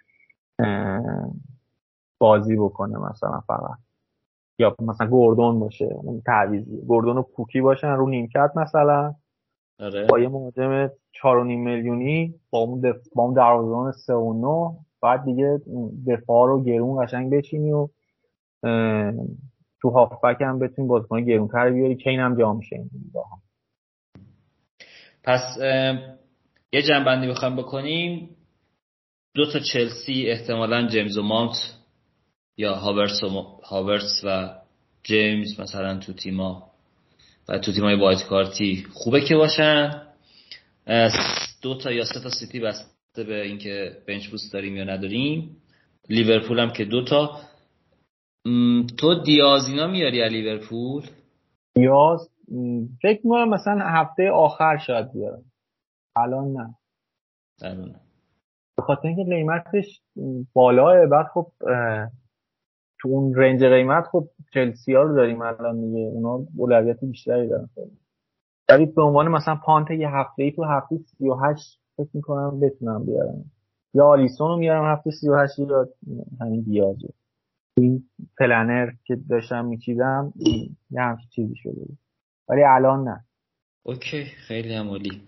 C: بازی بکنه مثلا فقط، یا مثلا گوردون باشه اون تعویضی، گوردون و پوکی باشن رو نیمکت مثلا.
B: آره.
C: با یه مهاجم 4.5 میلیونی با اون دروازه‌بان 3.9 بعد دیگه دفاع رو گرون قشنگ بچینی و تو هافبک هم بتونی بازیکن گرون‌تر بیاری، کین هم جا میشه.
B: پس یه جنبندی بخوام بکنیم، 2 تا چلسی احتمالاً جیمز و ماونت یا هاورتس و جیمز مثلا تو تیما و تو تیمای وایت کارتی خوبه که باشن. 2 تا یا 3 تا سیتی بسته به اینکه بنچ بوست داریم یا نداریم. لیورپول هم که 2 تا. تو دیاز اینا میاری از لیورپول؟
C: دیاز فکر می‌کنم مثلا هفته آخر شاید بیارم، الان نه. به خاطر اینکه قیمتش بالاه، بعد خب تو اون رنج قیمت خب چلسی ها رو داریم الان دیگه، اونا اولویت بیشتری دارن. ولی به عنوان مثلا پانت یه هفته‌ای تو هفته 38 فکر می‌کنم بتونم بیارم، یا آلیسون رو میارم هفته 38 یا همین دیازو. این پلنر که داشتم میچیدم یه همچین چیزی شده بود، ولی الان نه.
B: اوکی خیلی هم عالی.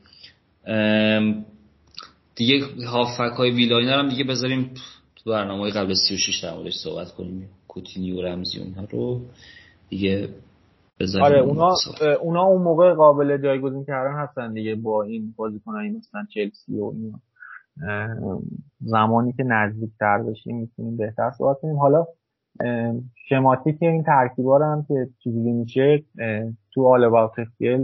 B: دیگه هافک های ویلاینا هم دیگه بذاریم تو برنامه‌های قبل 36 در موردش صحبت کنیم. کوتینیو و رمزی اونها رو دیگه بذاریم.
C: آره اونا اون موقع قابل جایگزین کردن هستن دیگه با این بازیکنایی مثلا چلسی و اینا. زمانی که نزدیک‌تر بشیم میتونیم بهتر صحبت کنیم. حالا شماتیک این ترکیبا رو هم که چجوری میشه تو آل اباوت FPL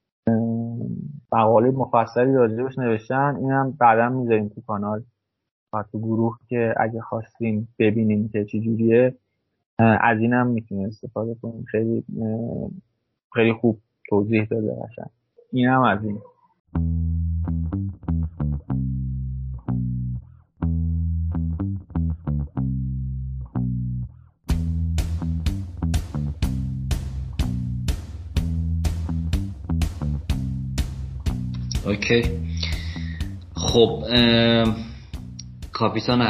C: مقاله مفصلی راجعش نوشتن، اینم بعدا میذاریم تو کانال و تو گروه که اگه خواستیم ببینیم که چجوریه از اینم میتونیم استفاده کنیم. خیلی خیلی خوب توضیح داده قشنگ. اینم از این.
B: اوکی خب کاپیتان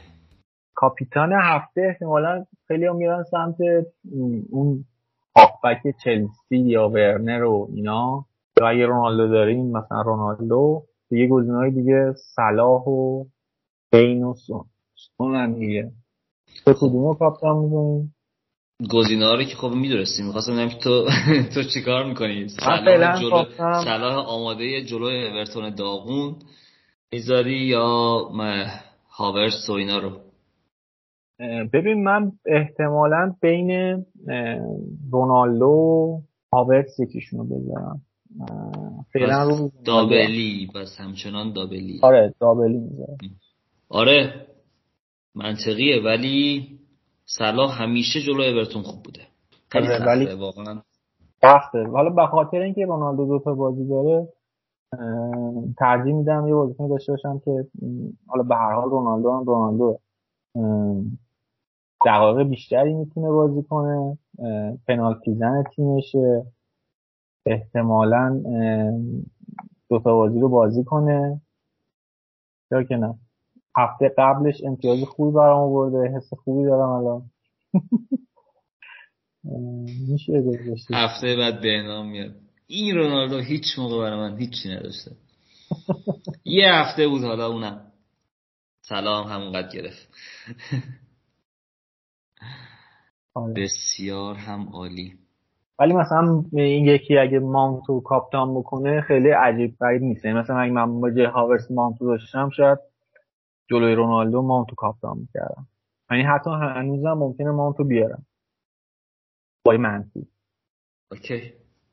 C: هفته احتمالاً خیلی هم میرن سمت اون هافبک چلسی یا ورنر و اینا، یا اگه رونالدو داریم مثلا رونالدو. دیگه گزینه‌های دیگه صلاح و کین و سون هم دیگه. تو کدومو کاپیتان می‌کنی؟
B: گزینه‌ها رو که خب می‌دونستیم، می‌خواستم ببینم که تو چیکار می‌کنی. صلاح آماده جلوی اورتون داغون می‌ذاری یا هاورتس و اینا رو؟
C: ببین من احتمالاً بین رونالدو و هاورتس یکیشونو بذارم. فعلا رو
B: دابلی، بس همچنان دابلی.
C: آره دابلی میذارم.
B: آره منطقیه، ولی صلاح همیشه جلو اورتون خوب بوده. خیلی سخته واقعا.
C: سخته. حالا به خاطر اینکه رونالدو 2 تا بازی داره ترجیح میدم یه بازیکن داشته باشم که حالا به هر حال رونالدو دقایق بیشتری میتونه بازی کنه، پنالتی زن تیمشه، احتمالاً 2 تا بازی رو بازی کنه. چرا که نه؟ هفته قبلش امتیاز خوبی برام آورده، حس خوبی دارم الان. میشه گذاشته.
B: هفته بعد بهنام میاد این رونالدو هیچ موقع برای من هیچی نداشته. یه هفته بود حالا اونم سلام همونقدر گرفت. بسیار هم عالی.
C: ولی مثلا این یکی اگه مانتو کاپتان بکنه خیلی عجیب غریب نیست. مثلا اگه من با جای هاورس مانتو داشتم شاید جلوی رونالدو مانتو کاپتان میکردم. یعنی حتی هنوزم ممکنه مانتو بیارم با منفی.
B: اوکی.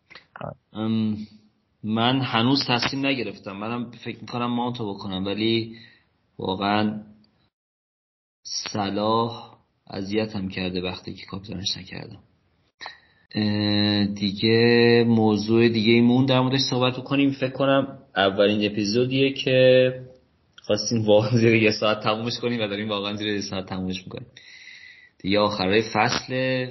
B: من هنوز تصمیم نگرفتم. منم فکر میکنم مانتو بکنم، ولی واقعا صلاح اذیتم کرده وقتی که کاپیتانش نکردم. دیگه موضوع دیگه ایمون در موردش صحبت بکنیم. فکر کنم اولین اپیزودیه که خواستیم واقعا زیر یه ساعت تمومش کنیم و داریم واقعا زیر یه ساعت تمومش میکنیم. دیگه آخرای فصل،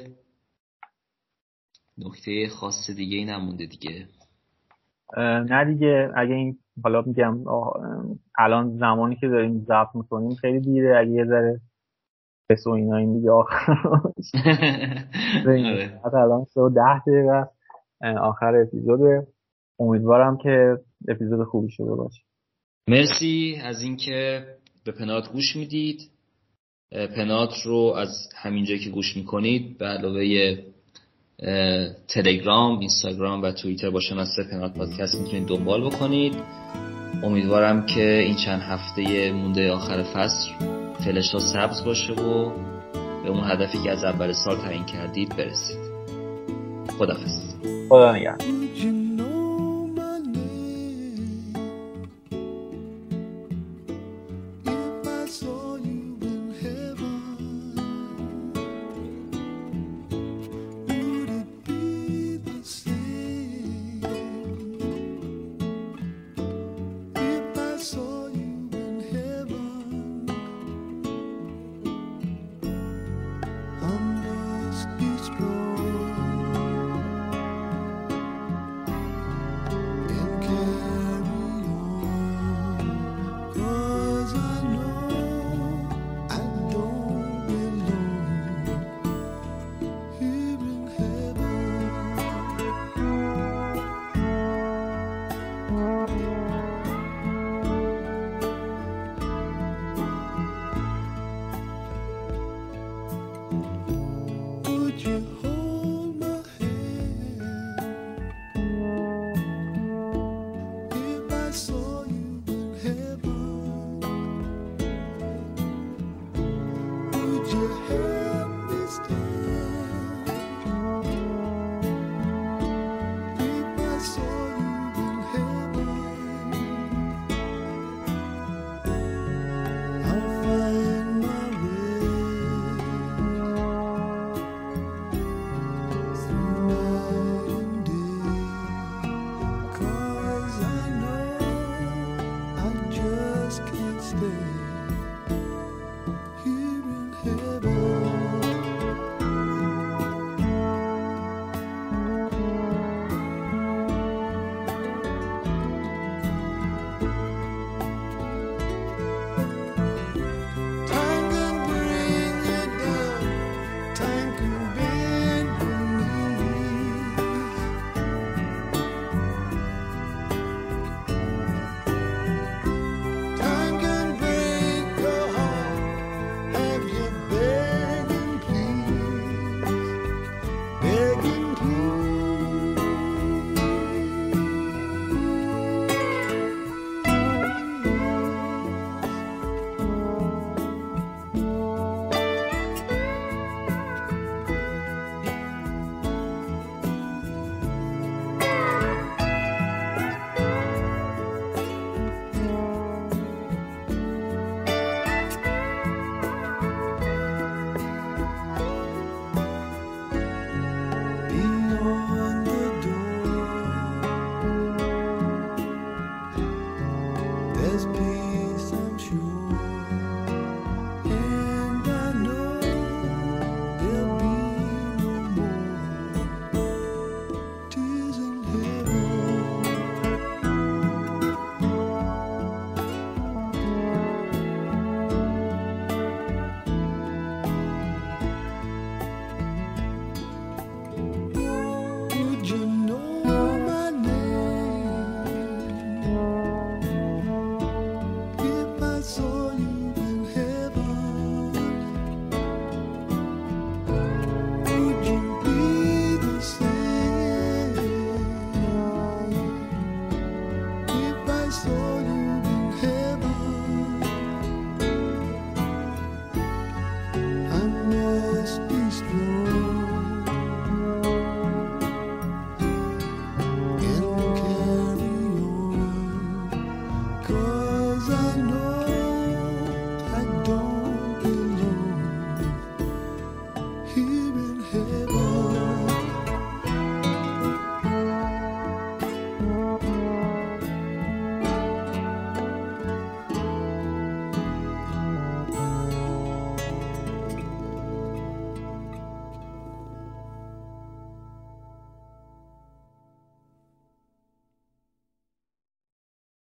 B: نکته خاص دیگه ای نمونده دیگه.
C: نه دیگه. اگه این حالا میگم الان زمانی که داریم ضبط میکنیم خیلی دیره، اگه یه ذره پس و اینا این دیگه آخر الان 10 دقیقه آخر اپیزوده. امیدوارم که اپیزود خوبی شده باشه.
B: مرسی از اینکه به پنات گوش میدید. پنات رو از همینجا که گوش میکنید به علاوه تلگرام، اینستاگرام و توییتر با شناسه پنات پادکست میتونید دنبال بکنید. امیدوارم که این چند هفته مونده آخر فصل فلش‌ها سبز باشه و به اون هدفی که از اول سال تعیین کردید برسید. خداحافظ.
C: خدا نگهدار.
D: So